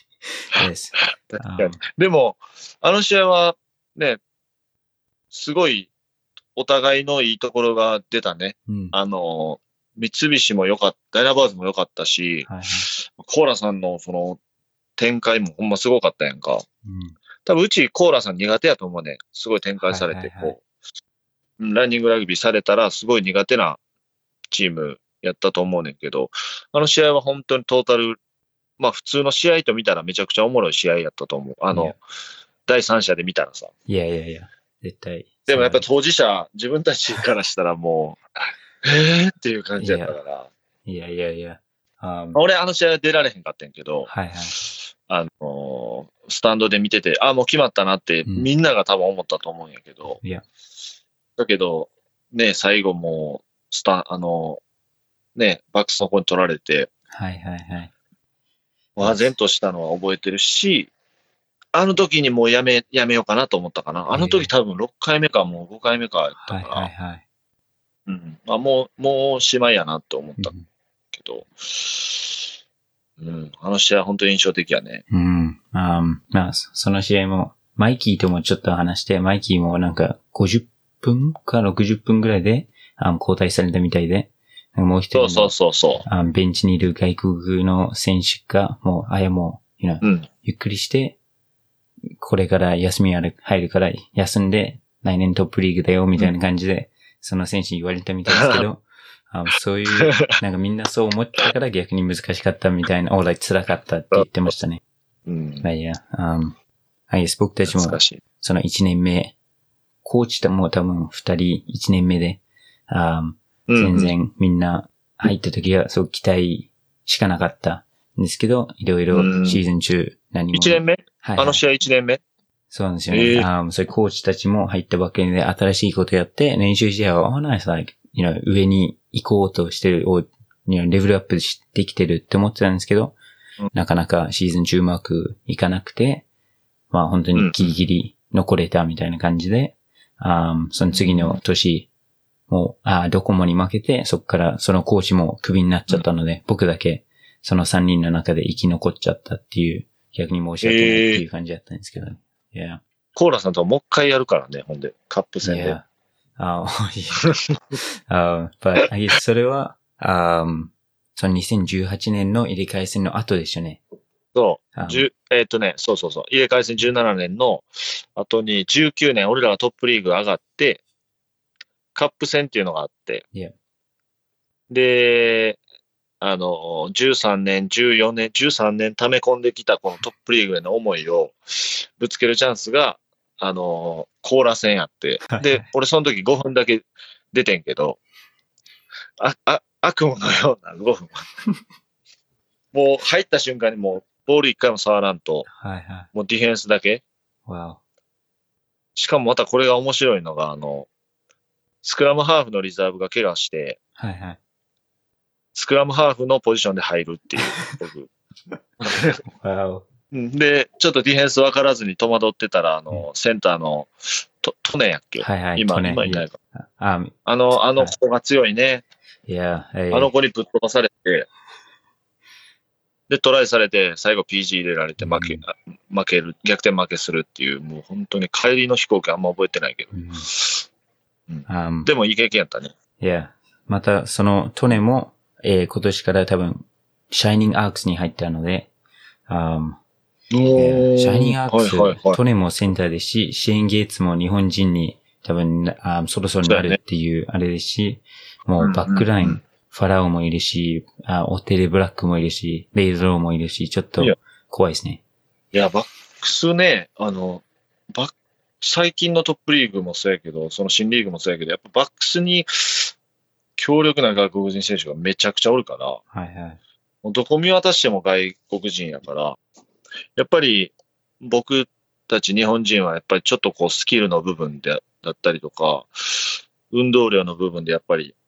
yes. 確かに。でも、あの試合はね、すごいお互いのいいところが出たね。 うん、 あの、三菱も良かった、ダイナバーズも良かったし、 はいはい、 コーラさんのその展開もほんますごかったやんか。 うん、 多分うちコーラさん苦手やと思うね。すごい展開されて、 はいはいはい、 こう、うんランニングラグビーされたらすごい苦手なチームやったと思うねんけど、あの試合は本当にトータル、まあ普通の試合と見たらめちゃくちゃおもろい試合やったと思う。あの、第三者で見たらさ。 いやいやいや、絶対。 でもやっぱ当事者、自分たちからしたらもう、えーっていう感じやったから。 いやいやいや。Um, 俺あの試合は出られへんかったんやけど、 はいはい。 あのースタンドで見てて、あ、もう決まったなって、みんなが多分思ったと思うんやけど、 いや。 だけど、ね、最後もう、スタ、あの、ね、バックスの方に取られて、 はいはいはい。 唖然としたのは覚えてるし、あの時にもうやめ、やめようかなと思ったかな。あの時多分ろっかいめかもうごかいめかやったから、 はいはいはい。 うん。まあもう、もうおしまいやなって思ったけど、うん、あの試合は本当に印象的やね。 うん。あまあ、その試合も、マイキーともちょっと話して、マイキーもなんかごじゅっぷんかろくじゅっぷんぐらいであ交代されたみたいで、もう一人そうそうそうそうあベンチにいる外国の選手が、もう、あやもう、you know うん、 ゆっくりして、これから休みある、入るから休んで、来年トップリーグだよ、みたいな感じで、うん、その選手に言われたみたいですけど、あそういう、なんかみんなそう思ってたから逆に難しかったみたいな、オーライ辛かったって言ってましたね。 うん。 まあいや、um, I guess 僕たちも、そのいちねんめ、コーチとも多分ふたりいちねんめで、um, 全然みんな入った時はそう期待しかなかったんですけど、いろいろシーズン中何も。 いちねんめ、 はい、 あの試合いちねんめそうなんですよね。えー、あそういうコーチたちも入ったばっかりで新しいことやって、練習試合は、oh, nice, like, you know, 上に行こうとしてる、を、you know, レベルアップしてきてるって思ってたんですけど、うん、なかなかシーズン中うまくいかなくて、まあ本当にギリギリ残れたみたいな感じで、うん、その次の年、もう、あどこもに負けて、そこからそのコーチもクビになっちゃったので、うん、僕だけそのさんにんの中で生き残っちゃったっていう、逆に申し訳ないっていう感じだったんですけどね。Yeah. コーラさんともう一回やるからね、ほんで、カップ戦で。 Yeah. Oh, yeah. uh, but I guess それは、um, そのにせんじゅうはちねんの入れ替え戦の後でしたね。 そう。Um, えー、っとね、そうそうそう。入れ替え戦じゅうななねんの後にじゅうきゅうねん、俺らがトップリーグ上がって、カップ戦っていうのがあって。 Yeah. で、あの、じゅうさんねん、じゅうよねん、じゅうさんねん溜め込んできたこのトップリーグへの思いをぶつけるチャンスが、あの、コーラ戦やって。で、俺その時ごふんだけ出てんけど、あ、あ、悪夢のようなごふん。もう入った瞬間にもうボール一回も触らんと、 はいはい、 もうディフェンスだけ。 wow. しかもまたこれが面白いのが、あの、スクラムハーフのリザーブが怪我して、 はいはい、 スクラムハーフのポジションで入るっていう、僕。 wow. で、ちょっとディフェンス分からずに戸惑ってたら、あの、センターの、と、トネやっけ、 はいはい、 今、今いないか。 あ, あの、あの子が強いね。 いや、 あの子にぶっ飛ばされて、で、トライされて、最後 ピージー 入れられて負け、うん、負ける、逆転負けするっていう、もう本当に帰りの飛行機あんま覚えてないけど。うんうん、でもいい経験やったね。 いや、また、そのトネも、えー、今年から多分、シャイニングアークスに入ったので、um, シャイニングアークス、はいはいはい、トネもセンターですし、シェーン・ゲイツも日本人に多分、あそろそろなるっていうあれですし、ね、もうバックライン、うんうんうん、ファラオもいるし、あオテレ・ブラックもいるし、レイズローもいるし、ちょっと怖いですね。 いや、バックスね、あの、バッ最近のトップリーグもそうやけど、その新リーグもそうやけど、やっぱバックスに強力な外国人選手がめちゃくちゃおるから、 はいはい、 もうどこ見渡しても外国人やから、やっぱり僕たち日本人はやっぱりちょっとこうスキルの部分でだったりとか、運動量の部分でやっぱり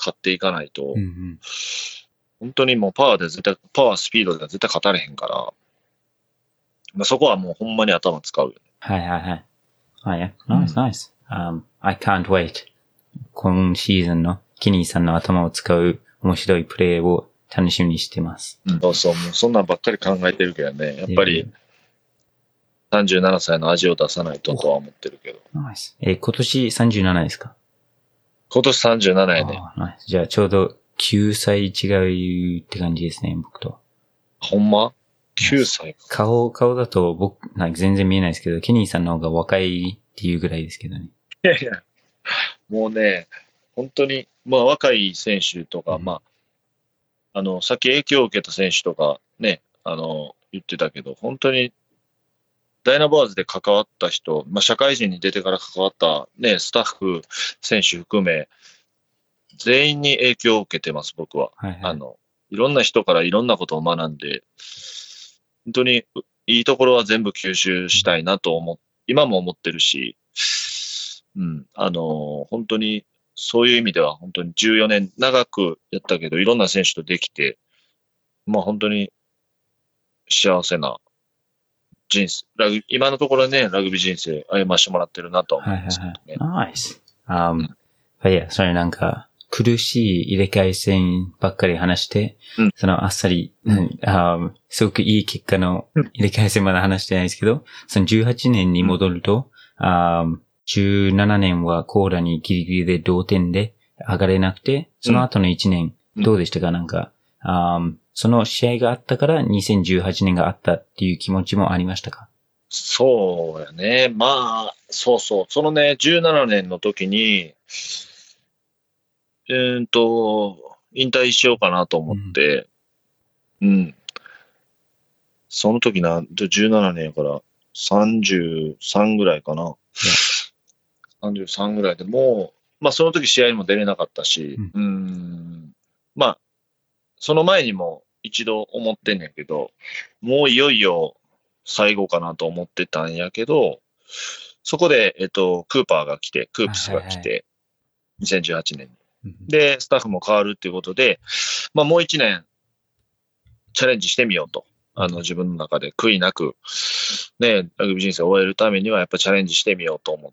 勝っていかないと、 うんうん、 本当にもうパワーで絶対、パワー、スピードでは絶対勝たれへんから、まあ、そこはもうほんまに頭使うよね。 はいはいはい。あ、いや、ナイスナイス。Um, I can't wait. 今シーズンのケニーさんの頭を使う面白いプレーを楽しみにしてます。 うん、そうそう、もうそんなんばっかり考えてるけどね。やっぱりさんじゅうななさいの味を出さないととは思ってるけど。 ナイス。え、今年さんじゅうななですか？ 今年さんじゅうななやね。 ナイス。じゃあちょうどきゅうさい違うって感じですね、僕と。 ほんま ?きゅう 歳か。 顔、顔だと僕、なんか全然見えないですけど、ケニーさんの方が若いっていうぐらいですけどね。 いやいや、もうね、本当に、まあ若い選手とか、 うん、 まあ、あの、さっき影響を受けた選手とかね、あの、言ってたけど、本当に、ダイナボアーズで関わった人、まあ社会人に出てから関わったね、スタッフ、選手含め、全員に影響を受けてます、僕は。 はいはい、 あの、いろんな人からいろんなことを学んで、本当にいいところは全部吸収したいなと思っ、今も思ってるし、うん、あの、本当にそういう意味では本当にじゅうよねん長くやったけど、いろんな選手とできて、まあ本当に幸せな人生、ラグ今のところね、ラグビー人生歩ましてもらってるなとは思いますけどね。 はいはいはい。ナイス。あ、うん、いや、それなんか、苦しい入れ替え戦ばっかり話して、うん、そのあっさり、うん、あすごくいい結果の入れ替え戦まだ話してないですけど、そのじゅうはちねんに戻ると、うん、あじゅうななねんはコーラにギリギリで同点で上がれなくて、その後のいちねん、どうでしたか、なんか、あその試合があったからにせんじゅうはちねんがあったっていう気持ちもありましたか？ そうやね。まあ、そうそう。そのね、じゅうななねんの時に、えーと、引退しようかなと思って、うん。うん、その時な、じゅうななねんやからさんじゅうさんぐらいかな。さんじゅうさんぐらいでもう、まあその時試合にも出れなかったし、うん、うーんまあ、その前にも一度思ってんやけど、もういよいよ最後かなと思ってたんやけど、そこで、えっと、クーパーが来て、クープスが来て、はいはい、にせんじゅうはちねんに。で、スタッフも変わるっていうことで、まあもう一年チャレンジしてみようと。あの自分の中で悔いなく、ね、ラグビー人生を終えるためにはやっぱチャレンジしてみようと思って、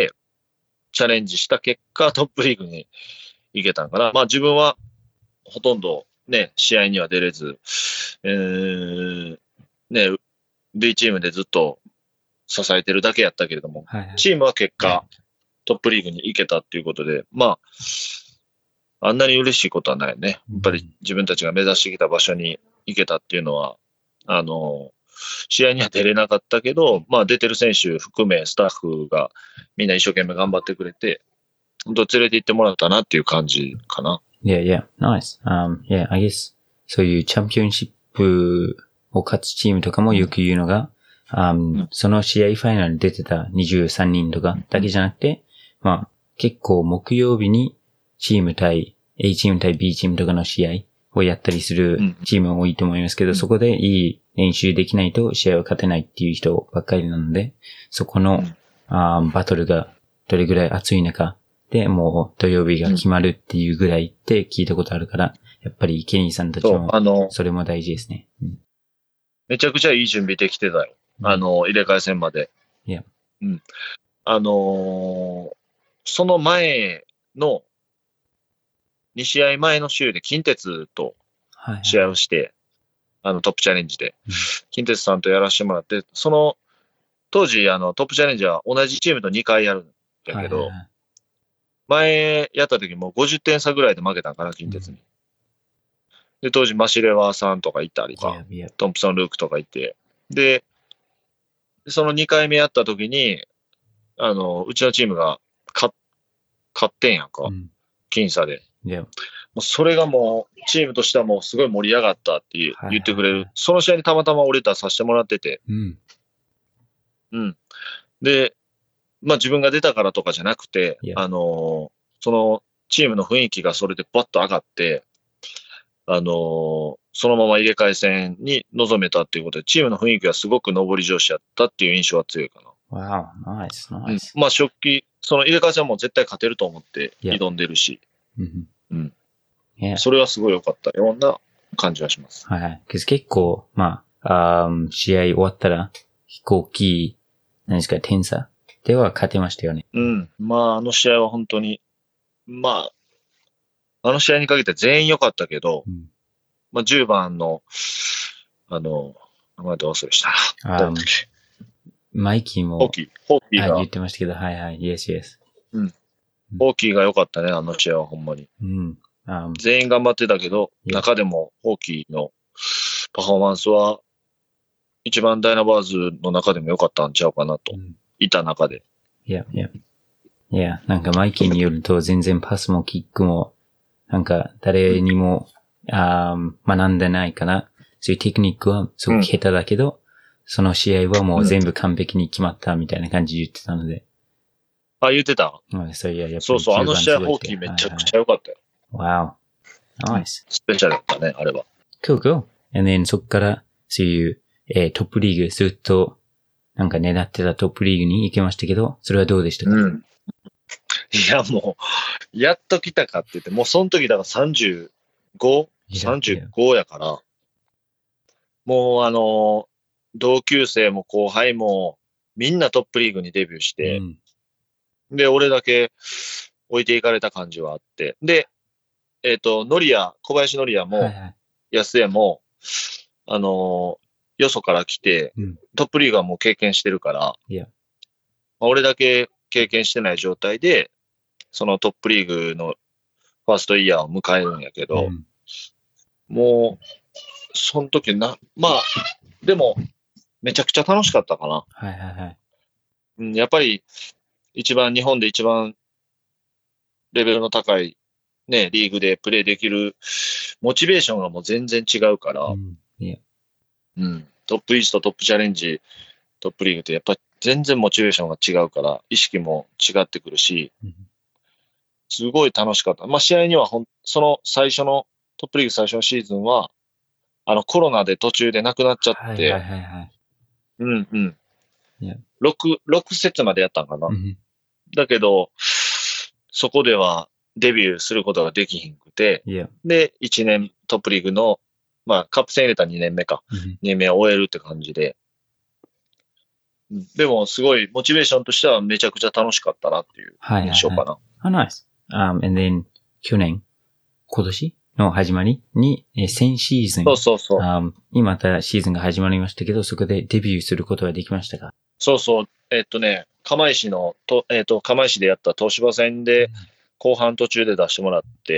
チャレンジした結果トップリーグに行けたんかな。まあ自分はほとんどね、試合には出れず、えー、ね、B チームでずっと支えてるだけやったけれども、はいはい、チームは結果、はい、トップリーグに行けたっていうことで、まあ、あんなに嬉しいことはないよね。やっぱり自分たちが目指してきた場所に行けたっていうのは、あの、試合には出れなかったけど、まあ出てる選手含めスタッフがみんな一生懸命頑張ってくれて、本当連れて行ってもらったなっていう感じかな。 Yeah, yeah, nice. Um, yeah, I guess そういうチャンピオンシップを勝つチームとかもよく言うのが、um, うん、その試合ファイナルに出てたにじゅうさんにんとかだけじゃなくて、うん、まあ結構木曜日にチーム対 A チーム対 B チームとかの試合をやったりするチームが多いと思いますけど、うん、そこでいい練習できないと試合は勝てないっていう人ばっかりなので、そこの、うん、あバトルがどれぐらい熱い中でもう土曜日が決まるっていうぐらいって聞いたことあるから、やっぱりケニーさんたちもそれも大事ですね。うん、 めちゃくちゃいい準備できてたよ。あの、入れ替え戦まで。 Yeah. うん。あのー、その前のに試合前の週で近鉄と試合をして、はいはい、あのトップチャレンジで、うん、近鉄さんとやらせてもらって、その当時あのトップチャレンジは同じチームとにかいやるんだけど、はいはいはい、前やった時もごじゅってん差ぐらいで負けたんかな、近鉄に。うん、で、当時マシレワーさんとかいたりとか、yeah, yeah. トンプソン・ルークとかいて、で、そのにかいめやった時に、あの、うちのチームが勝ってんやんか、うん、僅差で。 Yeah. もうそれがもう、チームとしてはもうすごい盛り上がったっていう、言ってくれる、はいはいはい。その試合にたまたま俺とさせてもらってて。 うん。 うん。で、まあ自分が出たからとかじゃなくて、 yeah. あの、そのチームの雰囲気がそれでバッと上がって、あの、そのまま入れ替え戦に臨めたっていうことで、チームの雰囲気がすごく上り調子やったっていう印象は強いかな。 Wow, nice, nice. うん、まあ、初期、その入れ替え戦はもう絶対勝てると思って挑んでるし。 Yeah. うん。 Yeah. それはすごい良かったような感じはします。 はいはい。結構、まあ、あ試合終わったら、飛行機、何ですか、点差では勝てましたよね。 うん。まあ、あの試合は本当に、まあ、あの試合にかけて全員良かったけど、 うん、 まあ、じゅうばんの、あの、名前どう忘れしたな。誰だっけ？ マイキーも、 ホーキー。ホーキーが。 言ってましたけど、はいはい、イエスイエス。 うん。ホーキーが良かったね、あの試合はほんまに。 うん。 全員頑張ってたけど、 Yeah. 中でもホーキーのパフォーマンスは、一番ダイナバーズの中でも良かったんちゃうかなと。うん、いた中で。 いや、いや。いや、なんかマイキーによると全然パスもキックも、なんか誰にも、あ学んでないから、そういうテクニックはすごく下手だけど、うん、その試合はもう全部完璧に決まったみたいな感じで言ってたので。 あ、言ってた？ うん、そういや、やっぱりそうそう、あの試合ホーキーめちゃくちゃ良かったよ。 Wow. Nice. スペシャルだったね、あれは。 Cool, cool. And then そっから、そういう、えー、トップリーグずっと、なんか狙ってたトップリーグに行けましたけど、それはどうでしたか？ うん。いや、もう、やっと来たかって言って、もうその時だからさんじゅうご、さんじゅうごやから、もうあの、同級生も後輩もみんなトップリーグにデビューして、うん、で、俺だけ置いていかれた感じはあって、で、えっ、ー、と、ノリア、小林ノリアも、はいはい、安江も、あの、よそから来て、うん、トップリーグはもう経験してるから、 yeah. まあ、俺だけ経験してない状態で、そのトップリーグのファーストイヤーを迎えるんやけど、うん、もう、その時な、まあ、でも、めちゃくちゃ楽しかったかな。 はいはいはい。 うん、やっぱり、一番、日本で一番レベルの高い、ね、リーグでプレーできる、モチベーションがもう全然違うから、うん、 yeah. うん、トップイースト、トップチャレンジ、トップリーグってやっぱり全然モチベーションが違うから、意識も違ってくるし、うん、すごい楽しかった。まあ、試合にはほん、その最初の、トップリーグ最初のシーズンは、あの、コロナで途中で亡くなっちゃって、 はいはいはいはい、 うんうん。 Yeah. 6、6節までやったんかな。 Mm-hmm. だけど、そこではデビューすることができひんくて、 Yeah. で、いちねんトップリーグの、まあ、カップ戦入れたにねんめか。 Mm-hmm. にねんめを終えるって感じで。でも、すごい、モチベーションとしてはめちゃくちゃ楽しかったなっていう印象かな。 はいはいはい、oh, nice.、Um, and then, 去年、今年の始まりに、えー、先シーズン。 そうそうそう。 Um, 今またシーズンが始まりましたけど、そこでデビューすることはできましたか？ そうそう。えっとね、釜石の、とえっと、釜石でやった東芝戦で、後半途中で出してもらって、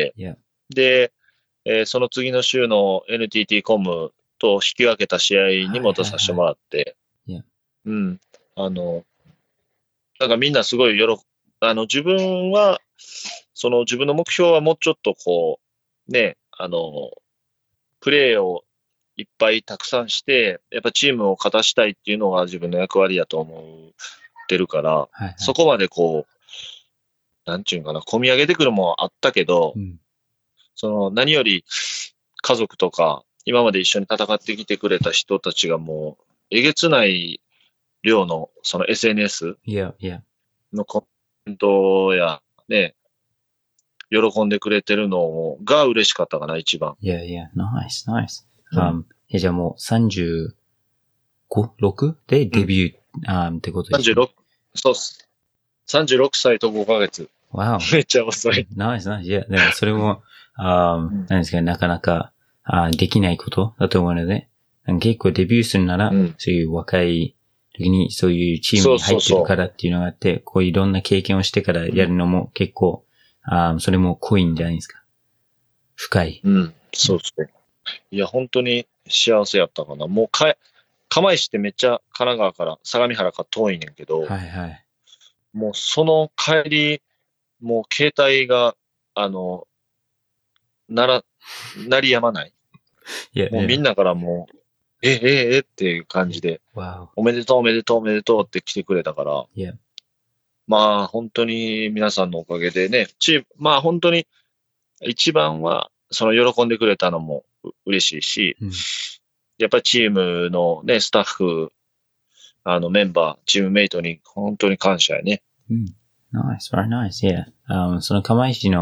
yeah. で、えー、その次の週の エヌティーティー コムと引き分けた試合にも出させてもらって、 はいはいはい、 うん。あの、なんかみんなすごい喜、あの、自分は、その自分の目標はもうちょっとこう、ね、あの、プレーをいっぱいたくさんして、やっぱチームを勝たしたいっていうのが自分の役割だと思ってるから、 はいはい、 そこまでこう、なんちゅうんかな、込み上げてくるもあったけど、うん、その何より家族とか、今まで一緒に戦ってきてくれた人たちがもう、えげつない量のその エスエヌエス yeah, yeah. のコメントやね、喜んでくれてるのが嬉しかったかな、一番。 いやいや、ナイス、ナイス。え、じゃあもうさんじゅうご、ろくでデビュー、うん、あってことですか？ さんじゅうろく、そうっす。さんじゅうろくさいとごかげつ。 わお。めっちゃ遅い。 ナイス、ナイス。いや、でもそれも、あうん、何ですか、なかなかあできないことだと思うので、結構デビューするなら、うん、そういう若い時にそういうチームに入ってるからっていうのがあって、そうそうそう、こういろんな経験をしてからやるのも結構、あそれも濃いんじゃないですか。深い。 うん、そうですね。いや、本当に幸せやったかな。もうか、釜石ってめっちゃ神奈川から相模原から遠いねんけど、 はいはい。 もうその帰り、もう携帯が、あの、なら、鳴りやまない。 いや、 もうみんなからもう、え、え、えっていう感じで、おめでとうおめでとうおめでとうって来てくれたから、 いや、 まあ本当に皆さんのおかげでね、チーム、まあ本当に一番は、その喜んでくれたのも嬉しいし、うん、やっぱりチームのね、スタッフ、あのメンバー、チームメイトに本当に感謝やね。 うん。Nice, very nice, yeah. Um, その釜石の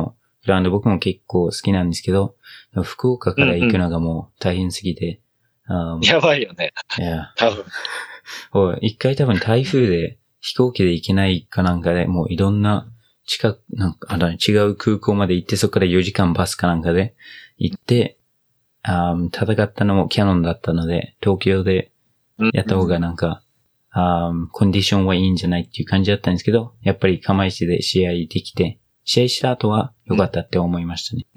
グラウンド僕も結構好きなんですけど、福岡から行くのがもう大変すぎて。 うんうん、やばいよね。 いや。 多分。 一回多分台風で飛行機で行けないかなんかで、もういろんな近く、なんか、あの、違う空港まで行って、そこからよじかんバスかなんかで行って、あ戦ったのもキャノンだったので、東京でやった方がなんか、あコンディションはいいんじゃないっていう感じだったんですけど、やっぱり釜石で試合できて、試合した後は良かったって思いましたね。 うん、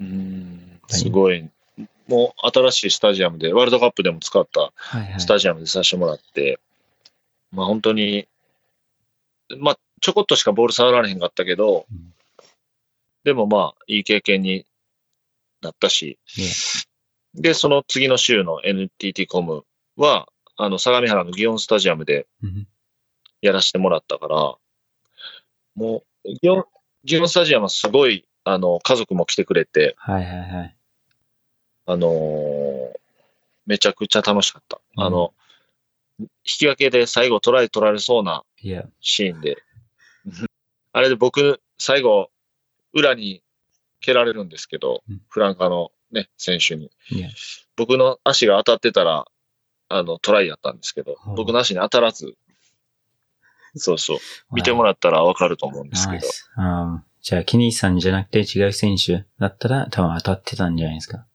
すごい。もう新しいスタジアムで、ワールドカップでも使ったスタジアムでさせてもらって、はいはい、まあ本当に、まあちょこっとしかボール触られへんかったけど、うん、でもまあいい経験になったし、yeah. で、その次の週の エヌティーティー コムは、あの、相模原の祇園スタジアムでやらせてもらったから、もう、祇園、祇園スタジアムはすごい、あの、家族も来てくれて、 はいはいはい。 あのー、めちゃくちゃ楽しかった。うん、あの、引き分けで最後トライ取られそうなシーンで、yeah. あれで僕、最後、裏に蹴られるんですけど、うん、フランカのね、選手に。 Yeah. 僕の足が当たってたら、あの、トライやったんですけど、oh. 僕の足に当たらず、そうそう。見てもらったらわかると思うんですけど。 Nice. Um, じゃあ、キニーさんじゃなくて違う選手だったら多分当たってたんじゃないですか。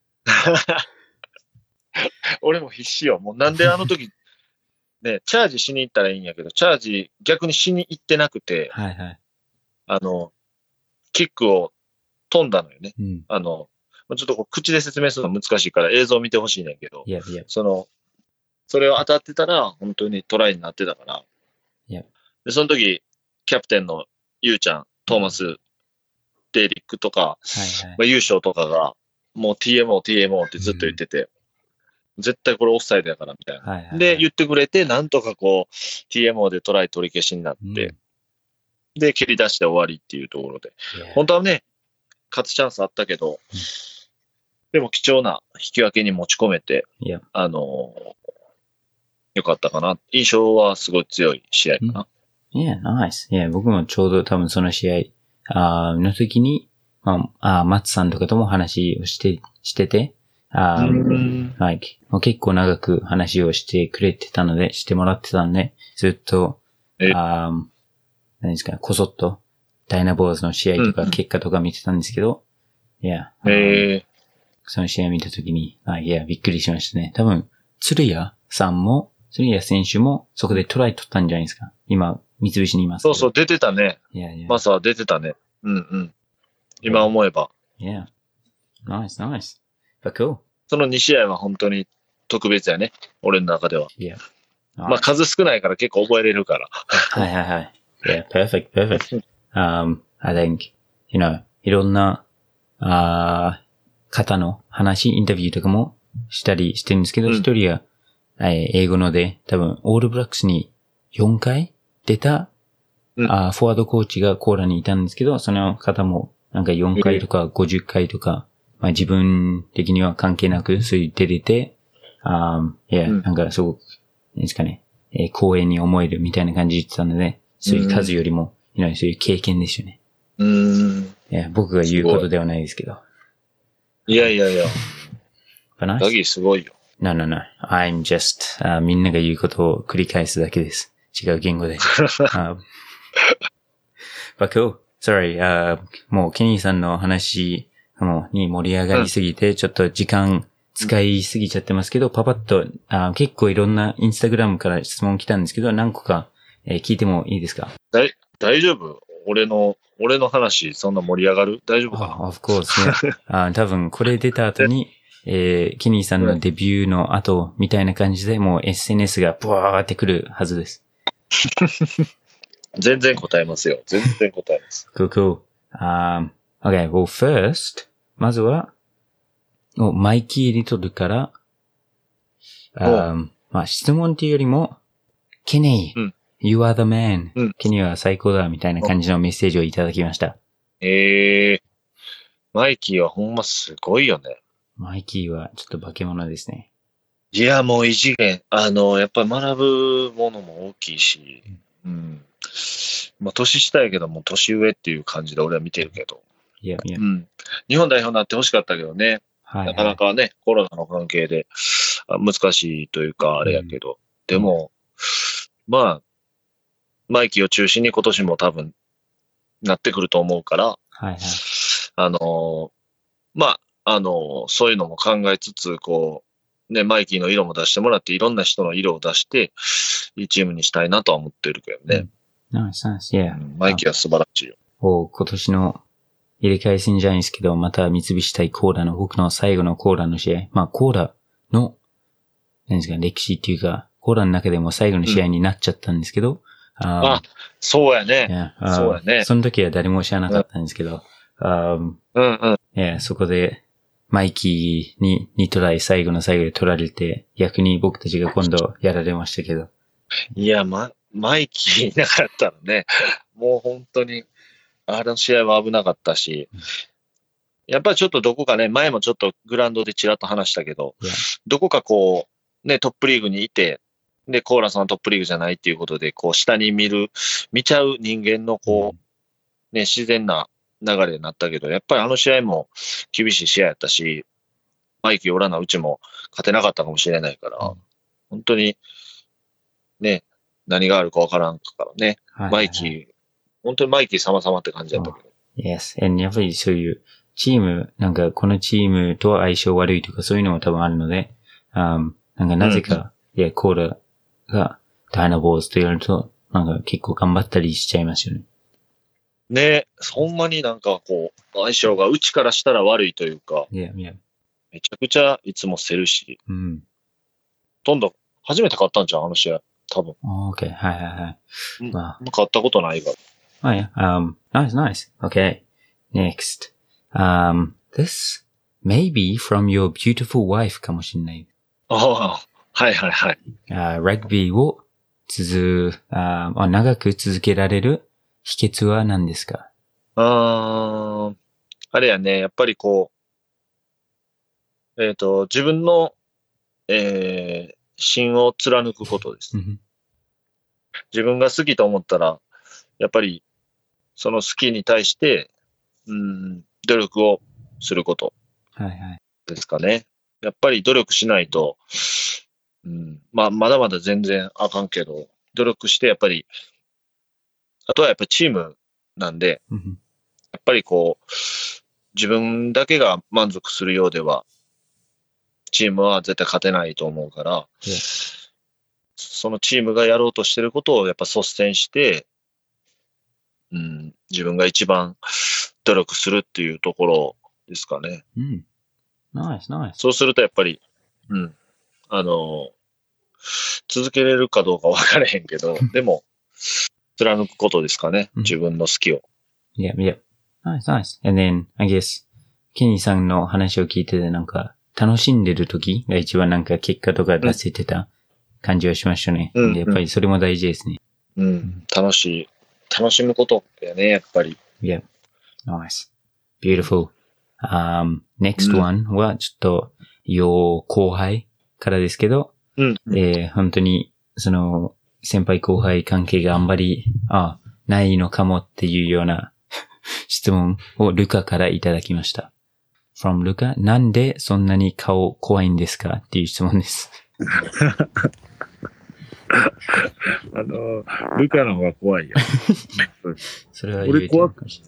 俺も必死よ。もうなんであの時、ね、チャージしに行ったらいいんやけど、チャージ逆にしに行ってなくて、 はいはい。 あの、キックを飛んだのよね。 うん、 あの、ちょっとこう口で説明するの難しいから映像を見てほしいねんけど、 yeah, yeah. その、それを当たってたら本当にトライになってたから、 yeah. で、その時、キャプテンのユウちゃん、トーマス、デイリックとか、 はいはい、 まあ、優勝とかが、もう ティーエムオー、ティーエムオー ってずっと言ってて、うん、絶対これオフサイドやからみたいな。 はいはいはい、 で、言ってくれて、なんとかこう、ティーエムオー でトライ取り消しになって、うん、で、蹴り出して終わりっていうところで。 Yeah. 本当はね、勝つチャンスあったけど、うん、でも貴重な引き分けに持ち込めて、 Yeah. あのー、よかったかな。印象はすごい強い試合かな。 うん、yeah, nice. Yeah, 僕もちょうど多分その試合あの時に、まあ、あ松さんとかとも話をして、してて、あ、like、結構長く話をしてくれてたので、してもらってたんで、ずっと、あ何ですかね、こそっと、ダイナボーズの試合とか結果とか見てたんですけど、いや、 うん、えー、 その試合見たときに、あ、いや、びっくりしましたね。多分、鶴谷さんも、鶴谷選手もそこでトライ取ったんじゃないですか。今、三菱にいます。 そうそう、出てたね。 いやいや。 マサは出てたね。うんうん。今思えば。 Yeah. Nice, nice. But cool. そのに試合は本当に特別やね。俺の中では。 Yeah. まあ数少ないから結構覚えれるから。 はいはいはい。Yeah, perfect, perfect. Um, I think, you know, いろんな、あ方の話、インタビューとかもしたりしてるんですけど、一、うん、人は、えー、英語ので、多分、オールブラックスによんかい出た、うん、あフォワードコーチがコーラにいたんですけど、その方もなんかよんかいとかごじゅっかいとか、まあ自分的には関係なく、そういう出れて、あいや、なんかすごく、何ですかね、えー、光栄に思えるみたいな感じで言ってたので、そういう数よりも、うん、そういう経験ですよね。 うーん。 いや、僕が言うことではないですけど。 いやいやいや。ダギーすごいよ。 No, no, no. I'm just, uh, みんなが言うことを繰り返すだけです。違う言語で。uh, but cool. Sorry. Uh, もうケニーさんの話もに盛り上がりすぎて、うん、ちょっと時間使いすぎちゃってますけど、パパッと、uh, 結構いろんなインスタグラムから質問来たんですけど、何個か、えー、聞いてもいいですか？ だい、大丈夫？俺の、俺の話そんな盛り上がる？大丈夫かな？ oh, Of course ね。uh, 多分これ出た後に、えー、ケニーさんのデビューの後みたいな感じでもう エスエヌエス がブワーってくるはずです。 全然答えますよ。全然答えます。 Cool, cool. Um, okay, well first, まずは、マイキー・リトルから、um, まあ質問っていうよりも、ケニー、うん、You are the man、うん。ケニーは最高だみたいな感じのメッセージをいただきました。 ええー、マイキーはほんますごいよね。 マイキーはちょっと化け物ですね。 いや、もう異次元。あの、やっぱり学ぶものも大きいし、うん。まあ、年下やけども、年上っていう感じで俺は見てるけど。 Yeah, yeah. うん。日本代表になってほしかったけどね。 はい、はい。 なかなかね、コロナの関係で難しいというか、あれやけど。うん、でも、まあ、マイキーを中心に今年も多分、なってくると思うから、 はいはい。 あの、まあ、あの、そういうのも考えつつ、こう、ね、マイキーの色も出してもらって、いろんな人の色を出して、いいチームにしたいなとは思ってるけどね。 ナイスナイス、yeah、うん。 マイキーは素晴らしいよ。 お今年の入れ替え戦じゃないですけど、また三菱対コーラの僕の最後のコーラの試合。まあ、コーラの、何ですか、歴史っていうか、コーラの中でも最後の試合になっちゃったんですけど、うんあ、そうやね。 Yeah, そうやね。その時は誰も知らなかったんですけど、 うんうん。 Yeah, そこで、マイキーににトライ最後の最後で取られて、逆に僕たちが今度やられましたけど。 いや、ま、マイキーいなかったらね、もう本当に、あの試合は危なかったし、やっぱりちょっとどこかね、前もちょっとグラウンドでちらっと話したけど、 Yeah. どこかこう、ね、トップリーグにいて、で、コーラさんはトップリーグじゃないっていうことで、こう、下に見る、見ちゃう人間のこう、ね、自然な流れになったけど、やっぱりあの試合も厳しい試合やったし、マイキーおらなうちも勝てなかったかもしれないから、うん、本当に、ね、何があるかわからんからね、はいはいはい、マイキー、本当にマイキー様々って感じだったけど。 Yes. And やっぱりそういうチーム、なんかこのチームと相性悪いとかそういうのも多分あるので、um, なんかなぜか、うん、いや、コーラがダイナボーズとやると、なんか結構頑張ったりしちゃいますよね。 ね、そんなになんかこう、相性がうちからしたら悪いというか、 yeah, yeah. めちゃくちゃいつもせるし、 うん。 どんどん、初めて勝ったんじゃん、あの試合。多分。 OK, はいはいはい。 うん、まあ、勝ったことないから。 Oh yeah, um, nice, nice. Okay, next. Um, this may be from your beautiful wife かもしれない。 ああ、はいはいはい。 Uh, ラグビーを続、uh, 長く続けられる秘訣は何ですか？ あー、あれやね、やっぱりこう、えっと、自分の、えー、芯を貫くことです。自分が好きと思ったら、やっぱり、その好きに対して、うん、努力をすること。 はいはい。 ですかね。やっぱり努力しないと、うん、まあ、まだまだ全然あかんけど、努力してやっぱり、あとはやっぱりチームなんで、やっぱりこう、自分だけが満足するようでは、チームは絶対勝てないと思うから、そのチームがやろうとしてることをやっぱ率先して、うん、自分が一番努力するっていうところですかね。 うん。ナイスナイス。 そうするとやっぱり、うん、あの、続けれるかどうか分からへんけど、でも、貫くことですかね。自分の好きを。 Yeah, yeah. Nice, nice. And then, I guess, ケニーさんの話を聞いててなんか、楽しんでる時が一番なんか結果とか出せてた感じはしましたね。うん、やっぱりそれも大事ですね。 うん、うん、楽しい。楽しむことだよね、やっぱり。 Yeah. Nice. Beautiful. Um, next one はちょっと、要後輩からですけど、 うんえー、本当に、その、先輩後輩関係があんまり、あ、ないのかもっていうような質問をルカからいただきました。from ルカ、なんでそんなに顔怖いんですかっていう質問です。 あの、ルカの方が怖いよ。 それは俺怖くして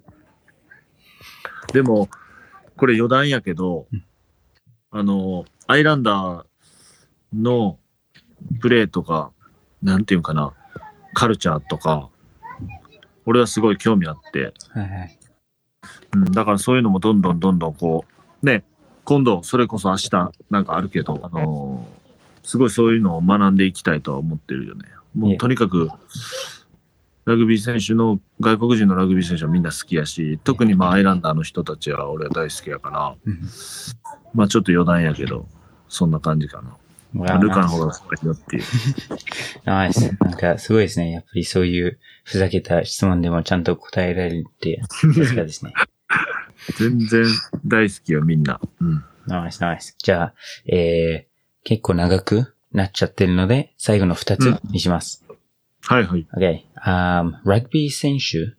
でも、これ余談やけど、うん、あの、アイランダーのプレーとか、なんていうかな、カルチャーとか、俺はすごい興味あって、 はいはい、 うん、だからそういうのもどんどんどんどんこう、ね、今度それこそ明日なんかあるけど、あのー、すごいそういうのを学んでいきたいとは思ってるよね。もうとにかく、ラグビー選手の、外国人のラグビー選手はみんな好きやし、特にまあアイランダーの人たちは俺は大好きやから、まあちょっと余談やけど、そんな感じかな。ルカの方が好きだっていう。 ナイス。なんかすごいですね。やっぱりそういうふざけた質問でもちゃんと答えられるってさすがですね。 全然大好きよみんな。うん。 ナイスナイス。じゃあ、えー、結構長くなっちゃってるので、最後の二つにします。 うん、はいはい。 Okay. Um, ラグビー選手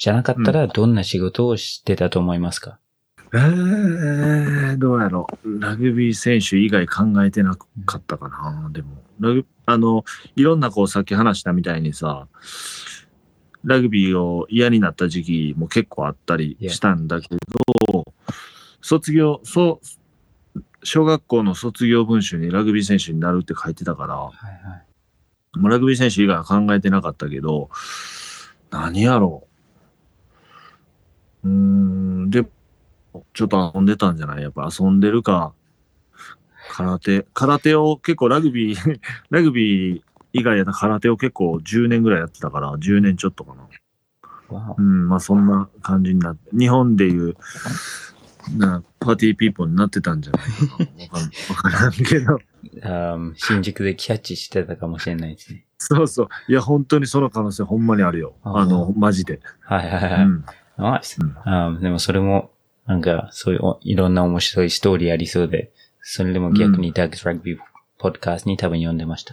じゃなかったらどんな仕事をしてたと思いますか？ えー、どうやろう。ラグビー選手以外考えてなかったかな。でも、ラグ、あの、いろんなこうさっき話したみたいにさ、ラグビーを嫌になった時期も結構あったりしたんだけど、卒業、そう、小学校の卒業文集にラグビー選手になるって書いてたから、 はいはい。 もうラグビー選手以外は考えてなかったけど、何やろう。うーん、で、ちょっと遊んでたんじゃない？やっぱ遊んでるか、空手、空手を結構ラグビー、ラグビー以外やったら空手を結構じゅうねんぐらいやってたから、じゅうねんちょっとかな。 Wow. うん、まあそんな感じになって、日本でいう、な、パーティーピーポーになってたんじゃないかな。わかん、わからんけど。 um, 新宿でキャッチしてたかもしれないですね。 そうそう。いや、本当にその可能性ほんまにあるよ。 ああの、マジで。 はいはいはい。 うん。 ナイス。um, でもそれも、なんか、そういういろんな面白いストーリーありそうで、それでも逆に Doug's Rugby Podcast に多分読んでました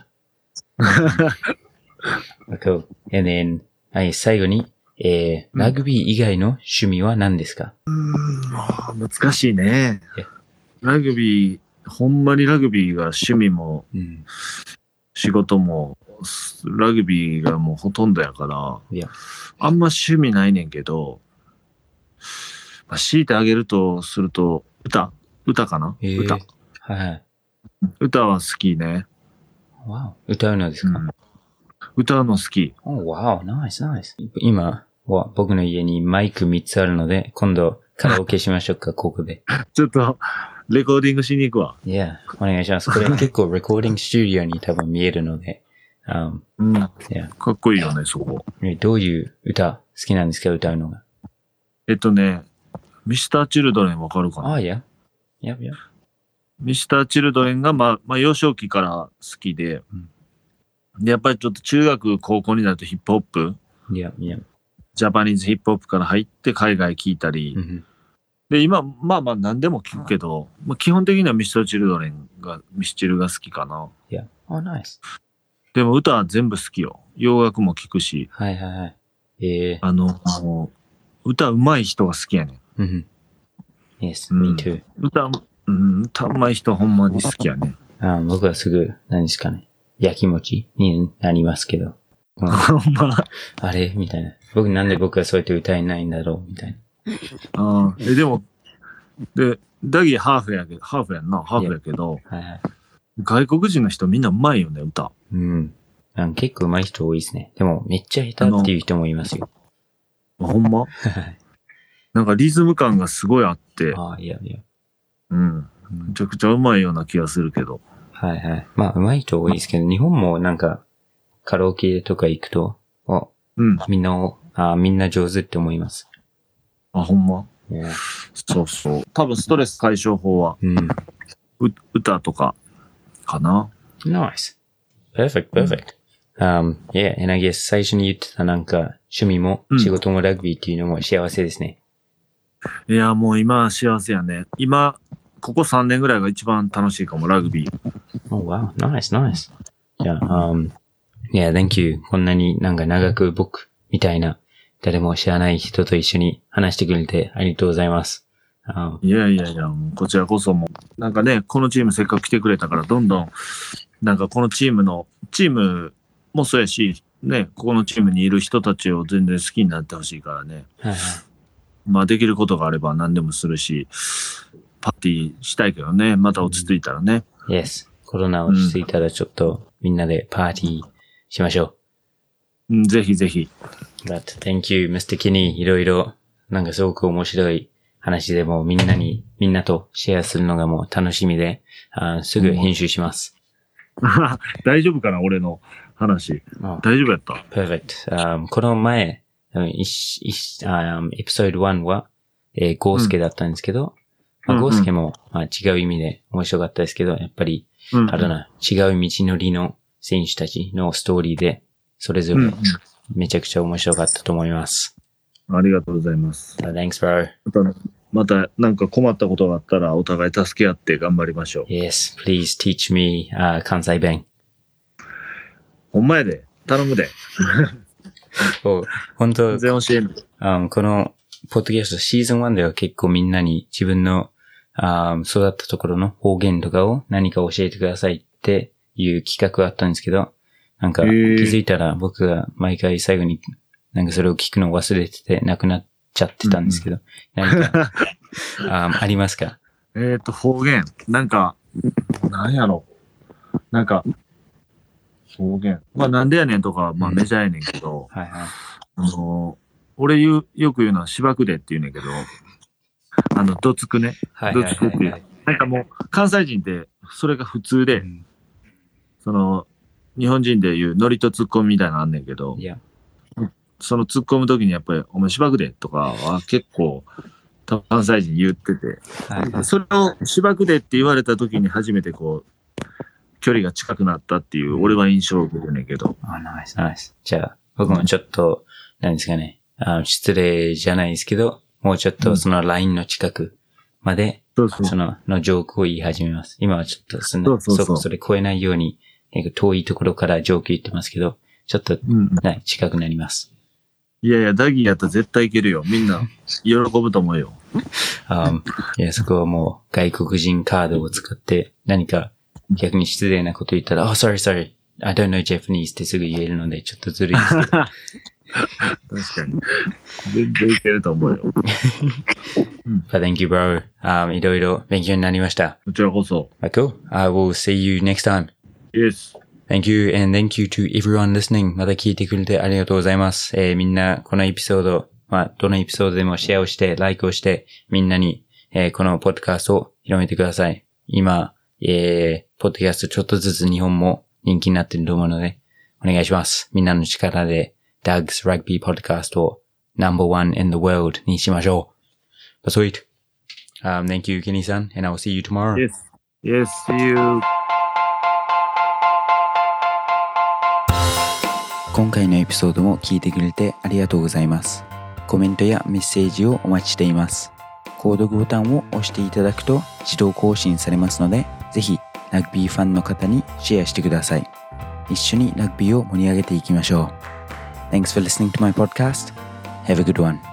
。cool. And then, はい、最後に、えー、ラグビー以外の趣味は何ですか？ うーん、難しいね。ラグビー、ほんまにラグビーが趣味も、 うん、 仕事も、ラグビーがもうほとんどやから、 いやあんま趣味ないねんけど、まあ、強いてあげるとすると、歌歌かな、 えー、 歌。 はいはい。 歌は好きね。 わお、歌うのですか？ うん、歌うの好き。 おわお、ナイスナイス。今は僕の家にマイクみっつあるので、今度カラオケしましょうか、ここで。 ちょっと、レコーディングしに行くわ。 いや、お願いします。これ結構レコーディングスタジオに多分見えるので。Um, うん。 yeah. かっこいいよね、そこ。 どういう歌好きなんですか、歌うのが。 えっとね、ミスターチルドレンわかるかな？ ああ、いや。いやいや。 ミスターチルドレンが、まあ、まあ、幼少期から好きで、うん、で、やっぱりちょっと中学、高校になるとヒップホップ、 いやいや。 ジャパニーズヒップホップから入って海外聴いたり、うん、で、今、まあまあ何でも聞くけど、まあ、基本的にはミスターチルドレンが、ミスチルが好きかな。 いや、あ、ナイス。 でも歌は全部好きよ。洋楽も聞くし。 はいはいはい。ええー。 あの、もう歌上手い人が好きやねん。 うん。Yes, me too. 歌、うん、歌上手い人ほんまに好きやね。 あ、僕はすぐ、何ですかね。やきもちになりますけど。 ほんま。 あれみたいな。僕なんで僕はそうやって歌えないんだろうみたいな。ああ、え、でも、で、ダギーハーフやけど、ハーフやんな、ハーフやけど、はいはい、外国人の人みんな上手いよね、歌。 うん。結構上手い人多いですね。でも、めっちゃ下手っていう人もいますよ。 ほんまなんかリズム感がすごいあって。 ああ、いやいや。 うん。めちゃくちゃ上手いような気がするけど。 はいはい。まあ、上手い人多いですけど、日本もなんか、カラオケとか行くと、あ、うん、みんな、あ、みんな上手って思います。 あ、ほんま、yeah. そうそう。多分ストレス解消法は、うん、う歌とか、かな。 Nice. Perfect, perfect.、Um, yeah, and I guess 最初に言ってたなんか、趣味も仕事もラグビーっていうのも幸せですね。 うん、いや、もう今は幸せやね。今、ここさんねんぐらいが一番楽しいかも、ラグビー。 Oh, wow. Nice, nice. じゃあ、um, yeah, thank you. こんなになんか長く僕みたいな誰も知らない人と一緒に話してくれてありがとうございます。 Um, いやいやいや、こちらこそも。なんかね、このチームせっかく来てくれたから、どんどん、なんかこのチームの、チームもそうやし、ね、ここのチームにいる人たちを全然好きになってほしいからね。はいはい、まあできることがあれば何でもするし、パーティーしたいけどね、また落ち着いたらね。 Yes. コロナ落ち着いたらちょっとみんなでパーティーしましょう。うん、ぜひぜひ。 But thank you, ミスター Kinney. いろいろ、なんかすごく面白い話でもみんなに、みんなとシェアするのがもう楽しみで、あすぐ編集します。 大丈夫かな俺の話。大丈夫やった ?Perfect.、Um, この前、いしいし um, エピソードワンは、えー、ゴースケだったんですけど、うんまあ、ゴースケも、まあ、違う意味で面白かったですけど、やっぱり、うん、あれな、違う道のりの選手たちのストーリーで、それぞれめちゃくちゃ面白かったと思います。 うん、ありがとうございます。 Thanks, bro. また、またなんか困ったことがあったらお互い助け合って頑張りましょう。 Yes, please teach me、uh, 関西弁。 ほんまやで。頼むで。 本当、 全然教える。 um, このポッドキャストシーズンワンでは結構みんなに自分の、um, 育ったところの方言とかを何か教えてくださいっていう企画があったんですけど、なんか気づいたら僕が毎回最後になんかそれを聞くのを忘れててなくなっちゃってたんですけど、うん、何かum, ありますか？ えっと、方言。なんか、なんやろ。なんか、方言。まあなんでやねんとか、まあメジャーやねんけど、 はいはい。 あの、俺言う、よく言うのは芝生でって言うねんけど、あの、どつくね。どつくっていう。なんかもう、関西人ってそれが普通で、うん、その、日本人で言うノリとツッコミみたいなのあんねんけど、 yeah. その突っ込むときにやっぱり、お前芝生でとかは結構、関西人言ってて、はい、それを芝生でって言われたときに初めてこう、距離が近くなったっていう、俺は印象を受けるねんけど。 あ、ナイスナイス。じゃあ、僕もちょっと、何ですかね、あ、失礼じゃないですけど、もうちょっとそのラインの近くまで、うん、その、のジョークを言い始めます。今はちょっとその、そうそうそう、そこそれ超えないように、遠いところからジョーク言ってますけど、ちょっと、うん、近くなります。 いやいや、ダギーやったら絶対いけるよ。みんな、喜ぶと思うよ。 um, いや、そこはもう、外国人カードを使って、何か、逆に失礼なこと言ったら、oh, sorry, sorry, I don't know Japanese ってすぐ言えるので、ちょっとずるいですけど。確かに。全然いけると思うよ。 But thank you, bro. Um, いろいろ勉強になりました。 こちらこそ。 Cool. I will see you next time. Yes.Thank you, and thank you to everyone listening. また聞いてくれてありがとうございます。えー、みんな、このエピソード、まあ、どのエピソードでもシェアをして、ライクをして、みんなに、えー、このポッドキャストを広めてください。今、えー、ポッドキャストちょっとずつ日本も人気になっていると思うので、お願いします。みんなの力で、Doug's Rugby Podcast を number one in the world にしましょう。But sweet. Um, thank you, Kenny-san, and I will see you tomorrow. Yes. Yes, see you. 今回のエピソードも聞いてくれてありがとうございます。コメントやメッセージをお待ちしています。購読ボタンを押していただくと自動更新されますので、ぜひラグビーファンの方にシェアしてください。一緒にラグビーを盛り上げていきましょう。Thanks for listening to my podcast. Have a good one.